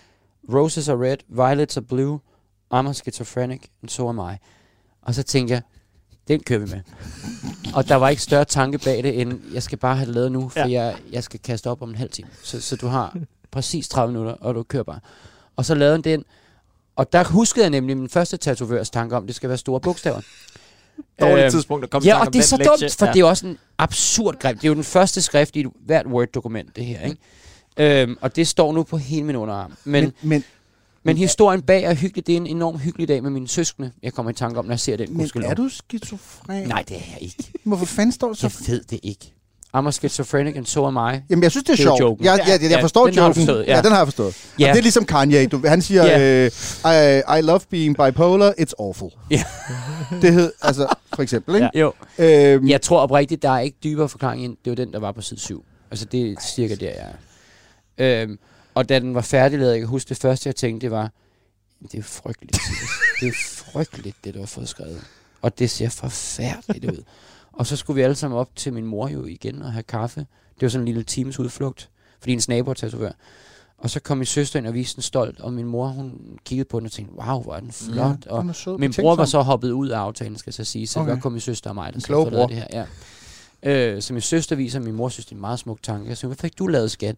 Speaker 3: Roses are red, violets are blue, I'm a schizophrenic, and so am I. Og så tænkte jeg, den kører vi med. Og der var ikke større tanke bag det, end jeg skal bare have det lavet nu, for ja. jeg, jeg skal kaste op om en halv time. Så, så du har præcis tredive minutter, og du kører bare. Og så lavede den, og der huskede jeg nemlig min første tatovørs tanke om, det skal være store bogstaver.
Speaker 1: Dårligt øhm, tidspunkt at komme
Speaker 3: ja, og det er så
Speaker 1: lektie.
Speaker 3: dumt, for ja. det er også en absurd greb. Det er jo den første skrift i et, hvert Word-dokument, det her, ikke? Øhm, og det står nu på hele min underarm. Men, men, men, men historien bag er hyggelig. Det er en enormt hyggelig dag med mine søskende. Jeg kommer i tanke om, når jeg ser den.
Speaker 2: Men er du skizofren?
Speaker 3: Nej, det er jeg ikke.
Speaker 2: Hvorfor fanden står det så?
Speaker 3: Jeg ved det ikke. I'm a schizophrenic, and so am I.
Speaker 2: Jamen, jeg synes, det er,
Speaker 3: det er
Speaker 2: sjovt.
Speaker 3: Joken.
Speaker 2: Jeg, jeg, jeg, jeg forstår
Speaker 3: ja,
Speaker 2: joken.
Speaker 3: Forstået, ja.
Speaker 2: ja, den har jeg forstået.
Speaker 3: Ja.
Speaker 2: Og det er ligesom Kanye. Du, han siger,
Speaker 3: ja.
Speaker 2: uh, I, I love being bipolar, it's awful.
Speaker 3: Ja.
Speaker 2: Det hed, altså, for eksempel, ikke?
Speaker 3: Ja. Jo.
Speaker 2: Øhm,
Speaker 3: jeg tror oprigtigt, der er ikke dybere forklaring end, det var den, der var på side syv. Altså, det er cirka der, jeg er. Øhm, og da den var færdiglavet, jeg kan huske, det første, jeg tænkte, det var, det er frygteligt. Det er frygteligt, det du har fået skrevet. Og det ser forfærdeligt ud. Og så skulle vi alle sammen op til min mor jo igen og have kaffe. Det var sådan en lille times udflugt, fordi en nabo er tatovør. Og så kom min søster ind og viste den stolt, og min mor, hun kiggede på den og tænkte, wow, hvor er den flot. Ja, og sød, min bror var så hoppet ud af aftalen, skal jeg så sige, så okay. Der kom min søster og mig, der så lavede det her. Ja. Øh, så min søster viser, at min mor synes, det er en meget smuk tanke. Jeg siger, hvad fik du lavet, skat?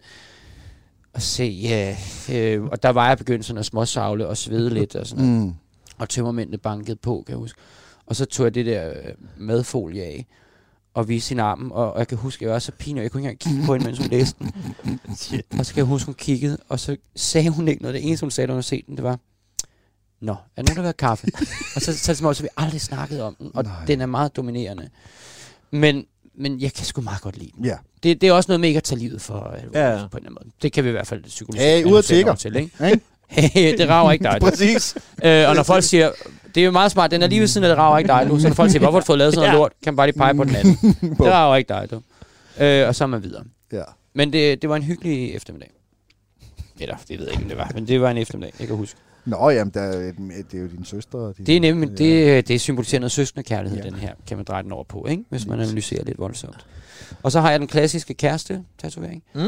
Speaker 3: Og så ja, øh, og der var jeg begyndt sådan at småsavle og svede lidt og sådan noget. Mm. Og tømmermændene bankede på, kan jeg huske. Og så tog jeg det der øh, madfolie af og viste sin armen, og, og jeg kan huske, at jeg var så pinlig, og jeg kunne ikke engang kigge på hende, mens hun læste den. Og så kan jeg huske, hun kiggede, og så sagde hun ikke noget. Det eneste, hun sagde, da hun havde set den, det var, nå, er nogen, der vil have kaffe? Og så, så, så, så vi aldrig snakket om den, og nej. Den er meget dominerende. Men, men jeg kan sgu meget godt lide den.
Speaker 2: Ja.
Speaker 3: Det, det er også noget med ikke at tage livet for, ja, ja. På en eller anden måde. Det kan vi i hvert fald psykologisk.
Speaker 2: Hey, ud af tigger.
Speaker 3: Til, ikke? Hey, det rager ikke dig.
Speaker 2: Præcis.
Speaker 3: Øh, og når folk siger, det er jo meget smart, den er lige ved siden af, det rager ikke dig, du. Så når folk siger, hvorfor har du fået lavet sådan noget ja. lort, kan man bare lige pege på den anden. Det rager ikke dig, du. Øh, og så er man videre.
Speaker 2: Ja.
Speaker 3: Men det, det var en hyggelig eftermiddag. Eller, det ved jeg ikke, om det var, men det var en eftermiddag, jeg kan huske.
Speaker 2: Nå, jamen, der er, det er jo din søster. Din,
Speaker 3: det er nemlig,
Speaker 2: ja.
Speaker 3: det, det symboliserer noget søskende kærlighed, ja. Den her, kan man dreje den over på, ikke? Hvis man analyserer lidt voldsomt. Og så har jeg den klassiske kæreste-tatovering.
Speaker 1: Mm.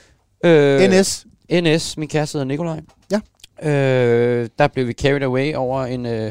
Speaker 2: Øh, N S.
Speaker 3: N S, min kæreste hedder Nikolaj.
Speaker 2: Ja.
Speaker 3: Øh, der blev vi carried away over en, øh,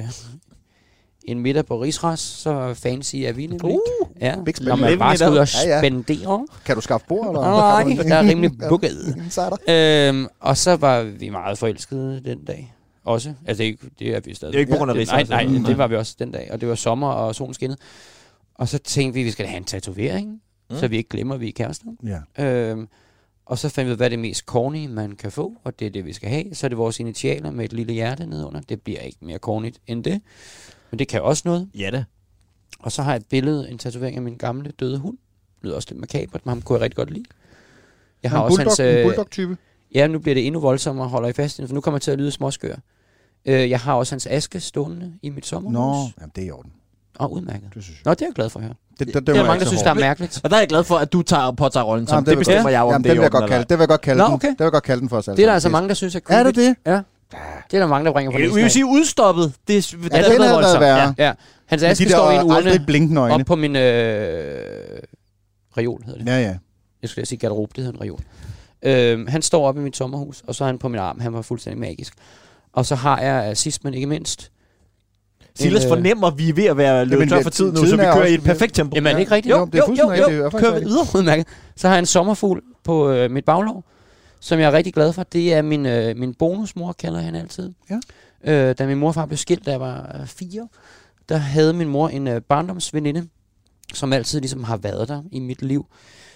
Speaker 3: en middag på Rigsras, så fancy er vi nemlig.
Speaker 1: Uh,
Speaker 3: ja. Når man bare skal ud og spendere. Ja, ja.
Speaker 2: Kan du skaffe bord? Eller?
Speaker 3: Nej, der er rimelig booket. øhm, og så var vi meget forelskede den dag. Også. Altså, det, det er vi stadig.
Speaker 1: Det er ikke på grund af Rigsras.
Speaker 3: Nej, nej, det var vi også den dag. Og det var sommer, og solen skinnede. Og så tænkte vi, at vi skal have en tatovering, mm. så vi ikke glemmer, at vi er kærester.
Speaker 2: Ja.
Speaker 3: Øhm, og så fandt vi ud af, hvad det mest corny, man kan få, og det er det, vi skal have. Så er det vores initialer med et lille hjerte nedenunder. Det bliver ikke mere cornyt end det. Men det kan også noget.
Speaker 1: Ja da.
Speaker 3: Og så har jeg et billede, en tatovering af min gamle døde hund. Det lyder også lidt makabert, men ham kunne jeg rigtig godt lide. Jeg har
Speaker 2: en
Speaker 3: også
Speaker 2: bulldog,
Speaker 3: hans,
Speaker 2: en
Speaker 3: øh,
Speaker 2: bulldog-type?
Speaker 3: Ja, nu bliver det endnu voldsommere, holder I fast, for nu kommer jeg til at lyde småskør. Øh, jeg har også hans aske stående i mit sommerhus.
Speaker 2: Nå, jamen det er i orden.
Speaker 3: Åh, oh, udmærket.
Speaker 2: Det synes jeg.
Speaker 3: Nå, det er jeg glad for at høre.
Speaker 2: Det, det, det,
Speaker 3: det er mange, der synes, det er mærkeligt.
Speaker 1: Og der er jeg glad for, at du tager påtager rollen som.
Speaker 2: Jamen,
Speaker 1: det, det bestemmer
Speaker 2: ja.
Speaker 1: jeg om,
Speaker 2: Jamen,
Speaker 1: det er
Speaker 2: vil jeg godt kalde, det vil jeg godt kalde
Speaker 3: Nå,
Speaker 2: den.
Speaker 3: okay.
Speaker 2: Det vil jeg godt kalde den for os alle.
Speaker 3: Det er der altså mange, der synes er creepy.
Speaker 2: Er det det?
Speaker 3: Ja. Det er der mange, der bringer på
Speaker 1: det.
Speaker 3: listen.
Speaker 1: Jeg vil sige udstoppet. Det er,
Speaker 2: ja, det, det havde været værre.
Speaker 3: Ja, ja. Hans aske står i en urne
Speaker 2: op
Speaker 3: på min øh, reol, hedder det.
Speaker 2: Ja, ja.
Speaker 3: Jeg skulle sige garderobe, det hedder en reol. Øh, han står oppe i mit sommerhus, og så er han på min arm. Han var fuldstændig magisk. Og så har jeg sidst, men ikke mindst,
Speaker 1: Silas fornemmer, at vi er ved at være løbet tør for tid nu, så vi kører i et perfekt tempo.
Speaker 3: Jamen er det ikke rigtigt?
Speaker 2: Jo, jo, det er fuldstændig
Speaker 3: jo,
Speaker 2: rigtigt.
Speaker 3: jo, kører vi videre udmærket. Så har jeg en sommerfugl på øh, mit baglov, som jeg er rigtig glad for. Det er min, øh, min bonusmor, kalder jeg hende altid.
Speaker 2: Ja.
Speaker 3: Øh, da min mor og far blev skilt, da jeg var øh, fire, der havde min mor en øh, barndomsveninde, som altid ligesom har været der i mit liv,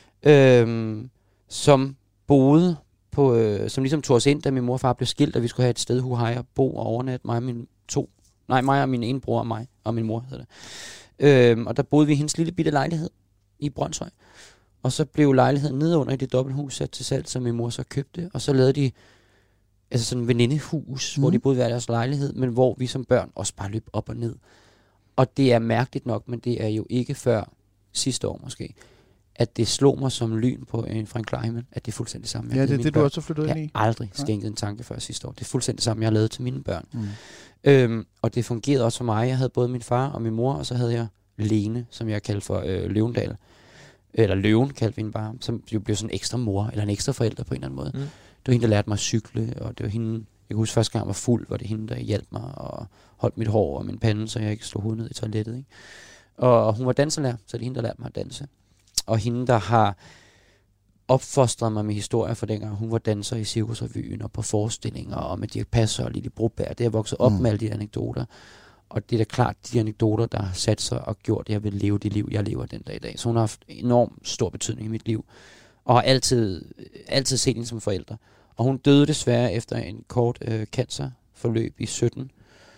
Speaker 3: øh, som boede på, øh, som ligesom tog os ind, da min mor og far blev skilt, og vi skulle have et sted, huhej og bo og overnatte, mig og min to Nej, mig og min ene bror og mig, og min mor hedder det. Øhm, og der boede vi i hendes lille bitte lejlighed i Brøndshøj. Og så blev lejligheden nedenunder i det dobbelthus sat til salg, som min mor så købte. Og så lavede de altså sådan en venindehus, mm. hvor de boede hver deres lejlighed, men hvor vi som børn også bare løb op og ned. Og det er mærkeligt nok, men det er jo ikke før sidste år måske, at det slog mig som lyn på en, fra en klar himmel, at det er fuldstændig det samme.
Speaker 2: Ja, det er det, børn. Du også flyttet ind i.
Speaker 3: Jeg har aldrig skænket en tanke før sidste år. Det er fuldstændig det samme, jeg har lavet til mine børn. Mm. Øhm, og det fungerede også for mig. Jeg havde både min far og min mor, og så havde jeg Lene, som jeg kaldte for øh, Løvendal. Eller Løven kaldte vi hende bare, som jo blev sådan en ekstra mor, eller en ekstra forælder på en eller anden måde. Mm. Det var hende, der lærte mig at cykle, og det var hende, jeg kan huske første gang jeg var fuld, var det hende, der hjalp mig og holdt mit hår og min pande, så jeg ikke slog hovedet ned i toilettet. Ikke? Og hun var danserlærer, så det er hende, der lærte mig at danse. Og hende, der har opfostret mig med historier fra dengang hun var danser i Cirkusrevyen og på forestillinger og med Dirch Passer og Lille Broberg. Det har vokset op mm. med alle de anekdoter. Og det er da klart de anekdoter, der har sat sig og gjort, at jeg vil leve det liv, jeg lever den dag i dag. Så hun har haft enormt stor betydning i mit liv. Og har altid, altid set hende som forældre. Og hun døde desværre efter en kort øh, cancerforløb i sytten,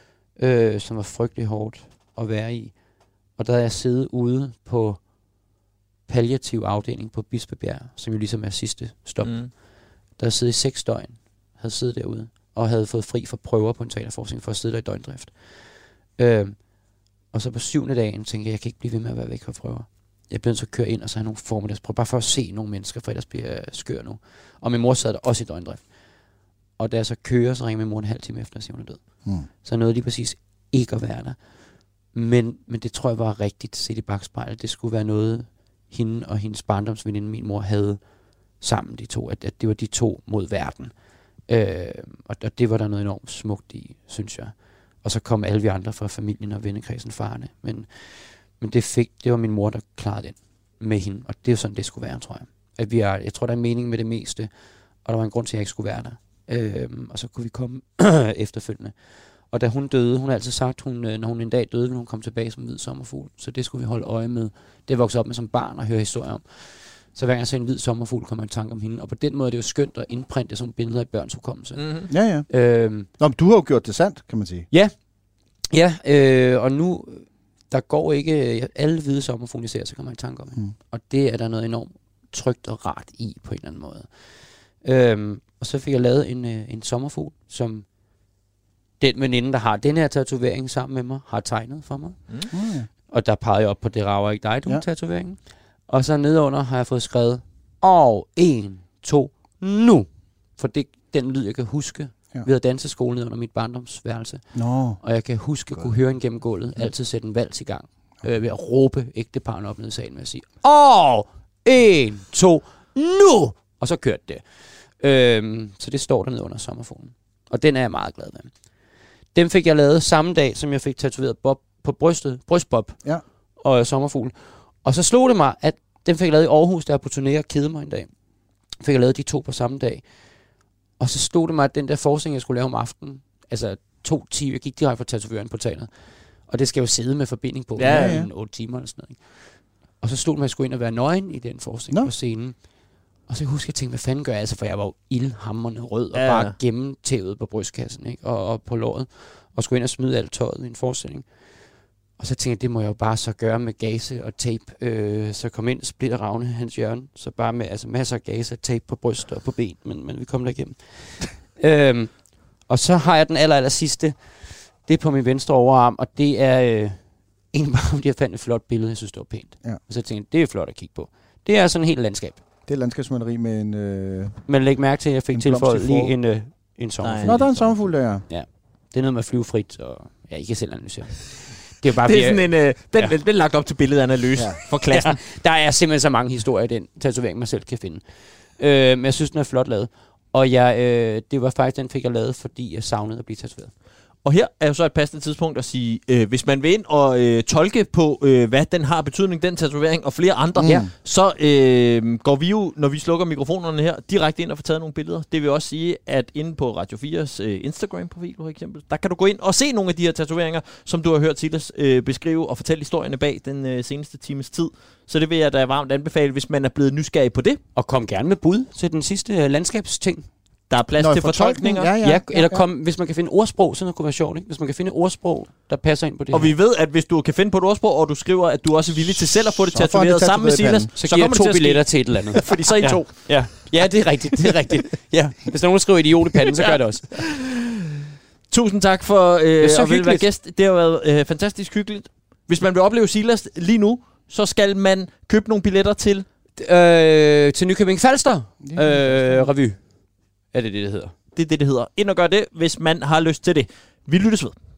Speaker 3: øh, som var frygtelig hårdt at være i. Og der havde jeg siddet ude på palliativ afdeling på Bispebjerg, som jo ligesom er sidste stop. Mm. Der havde siddet i seks døgn, havde siddet derude, og havde fået fri for prøver på en teaterforskning for at sidde der i døgndrift. Øh, og så på syvende dagen tænkte jeg, jeg kan ikke blive ved med at være væk fra prøver. Jeg blev så at køre ind, og så have nogle formiddagsprøver, bare for at se nogle mennesker, for ellers bliver jeg skør nu. Og min mor sad der også i døgndrift. Og da jeg så kører, så ringer min mor en halv time efter, og siger, hun er død. Mm. Så jeg nåede lige præcis ikke at være der. Men, men det tror jeg var rigtigt set i bagspejlet. Det skulle være noget, hende og hendes barndomsveninde, min mor, havde sammen, de to. At, at det var de to mod verden. Øh, og, og det var der noget enormt smukt i, synes jeg. Og så kom alle vi andre fra familien og vennekredsen farne. Men, men det, fik, det var min mor, der klarede den med hende. Og det er jo sådan, det skulle være, tror jeg. At vi er, jeg tror, der er en mening med det meste. Og der var en grund til, at jeg ikke skulle være der. Øh, og så kunne vi komme efterfølgende. Og da hun døde, hun har altid sagt, hun, når hun en dag døde, ville hun komme tilbage som hvid sommerfugl. Så det skulle vi holde øje med. Det voksede op med som barn og høre historier om. Så hver gang jeg ser en hvid sommerfugl, kommer en tanke om hende. Og på den måde er det jo skønt at indprinte sådan billeder i børns hukommelse.
Speaker 2: Mm-hmm. Ja, ja.
Speaker 3: Øhm,
Speaker 2: Nå, men du har jo gjort det sandt, kan man sige.
Speaker 3: Ja, ja øh, og nu, der går ikke alle hvide sommerfugle, jeg ser, så kommer jeg i tanke om hende. Mm. Og det er der noget enormt trygt og rart i, på en eller anden måde. Øhm, og så fik jeg lavet en, øh, en sommerfugl, som den veninde, der har den her tatovering sammen med mig, har tegnet for mig. Mm. Mm. Og der pegede jeg op på, det rager ikke dig, du ja. Tatoveringen. Og så nedenunder har jeg fået skrevet Og en, to, nu. For det den lyd, jeg kan huske. Ja. Vi havde danseskole nede under mit barndomsværelse.
Speaker 2: Nå.
Speaker 3: Og jeg kan huske, at kunne høre en gennem gulvet. Altid sætte en vals i gang. Øh, ved at råbe ægteparen op ned i salen med at sige, og en, to, nu! Og så kørte det. Øhm, så det står dernede under sommerfuglen. Og den er jeg meget glad med. Den fik jeg lavet samme dag, som jeg fik tatoveret bob på brystet. Brystbob.
Speaker 2: Ja.
Speaker 3: Og sommerfugl. Og så slog det mig, at den fik jeg lavet i Aarhus, der jeg på turné og kede mig en dag. Fik jeg lavet de to på samme dag. Og så stod det mig, at den der forskning, jeg skulle lave om aftenen, altså to timer, jeg gik direkte fra tatovøren på taget. Og det skal jo sidde med forbinding på,
Speaker 1: ja, ja.
Speaker 3: en otte timer eller sådan noget. Og så stod det mig, at jeg skulle ind og være nøgen i den forskning no. på scenen. Og så husker jeg, tænkte, hvad fanden gør jeg altså, for jeg var jo ildhamrende rød, og ja, bare gennemtævet på brystkassen, ikke? Og, og på låret, og skulle ind og smide alt tøjet i en forestilling. Og så tænkte jeg, det må jeg jo bare så gøre med gase og tape. Øh, så kom ind, splitter Ravne, Hans Jørgen, så bare med altså, masser af gase og tape på bryst og på ben, men, men vi kom der igennem. øhm, og så har jeg den aller, aller sidste, det er på min venstre overarm, og det er øh, en bare, fordi jeg fandt et flot billede, jeg synes, det var pænt. Ja. Og så tænkte jeg, det er flot at kigge på. Det er sådan et helt landskab.
Speaker 2: Det er landskabsmaleri med en... Øh,
Speaker 3: men læg mærke til, at jeg fik tilføjet lige en, øh, en sommerfugl.
Speaker 2: Nå, der er en sommerfugl der, ja.
Speaker 3: Ja, det er noget med at flyve frit, og ja, I kan selv analysere. Det er, bare,
Speaker 1: det er sådan en, øh, den, ja. den er lagt op til billedanalyse ja. for klassen.
Speaker 3: Ja, der er simpelthen så mange historier i den tatovering, man selv kan finde. Øh, men jeg synes, den er flot lavet. Og jeg, øh, det var faktisk, den fik jeg lavet, fordi jeg savnede at blive tatoveret.
Speaker 1: Og her er jo så et passende tidspunkt at sige, øh, hvis man vil ind og øh, tolke på, øh, hvad den har betydning, den tatovering, og flere andre, mm. så øh, går vi jo, når vi slukker mikrofonerne her, direkte ind og får taget nogle billeder. Det vil også sige, at inde på Radio fires øh, Instagram-profil for eksempel, der kan du gå ind og se nogle af de her tatoveringer, som du har hørt Silas øh, beskrive og fortælle historierne bag den øh, seneste times tid. Så det vil jeg da varmt anbefale, hvis man er blevet nysgerrig på det.
Speaker 3: Og kom gerne med bud til den sidste øh, landskabsting.
Speaker 1: Der er plads Nå, til fortolkninger.
Speaker 3: Ja, ja, ja, eller kom, hvis man kan finde ordsprog, så kunne være sjovt, ikke? Hvis man kan finde ordsprog, der passer ind på det.
Speaker 1: Og her. Vi ved, at hvis du kan finde på et ordsprog, og du skriver, at du også er villig til selv at få det tatoveret sammen med Silas,
Speaker 3: så, så giver jeg to til billetter til et eller andet.
Speaker 1: Fordi så er I
Speaker 3: ja.
Speaker 1: to.
Speaker 3: Ja. Ja, det er rigtigt, det er rigtigt. Ja. Hvis der nogen skriver idiot i panden, så gør det også.
Speaker 1: Tusind tak for øh, at ville være gæst. Det har været øh, fantastisk hyggeligt. Hvis man vil opleve Silas lige nu, så skal man købe nogle billetter til...
Speaker 3: Øh, til Nykøbing Falster øh, Revy. Er det det, det hedder?
Speaker 1: Det er det, det hedder. Ind og gør det, hvis man har lyst til det. Vi lyttes ved.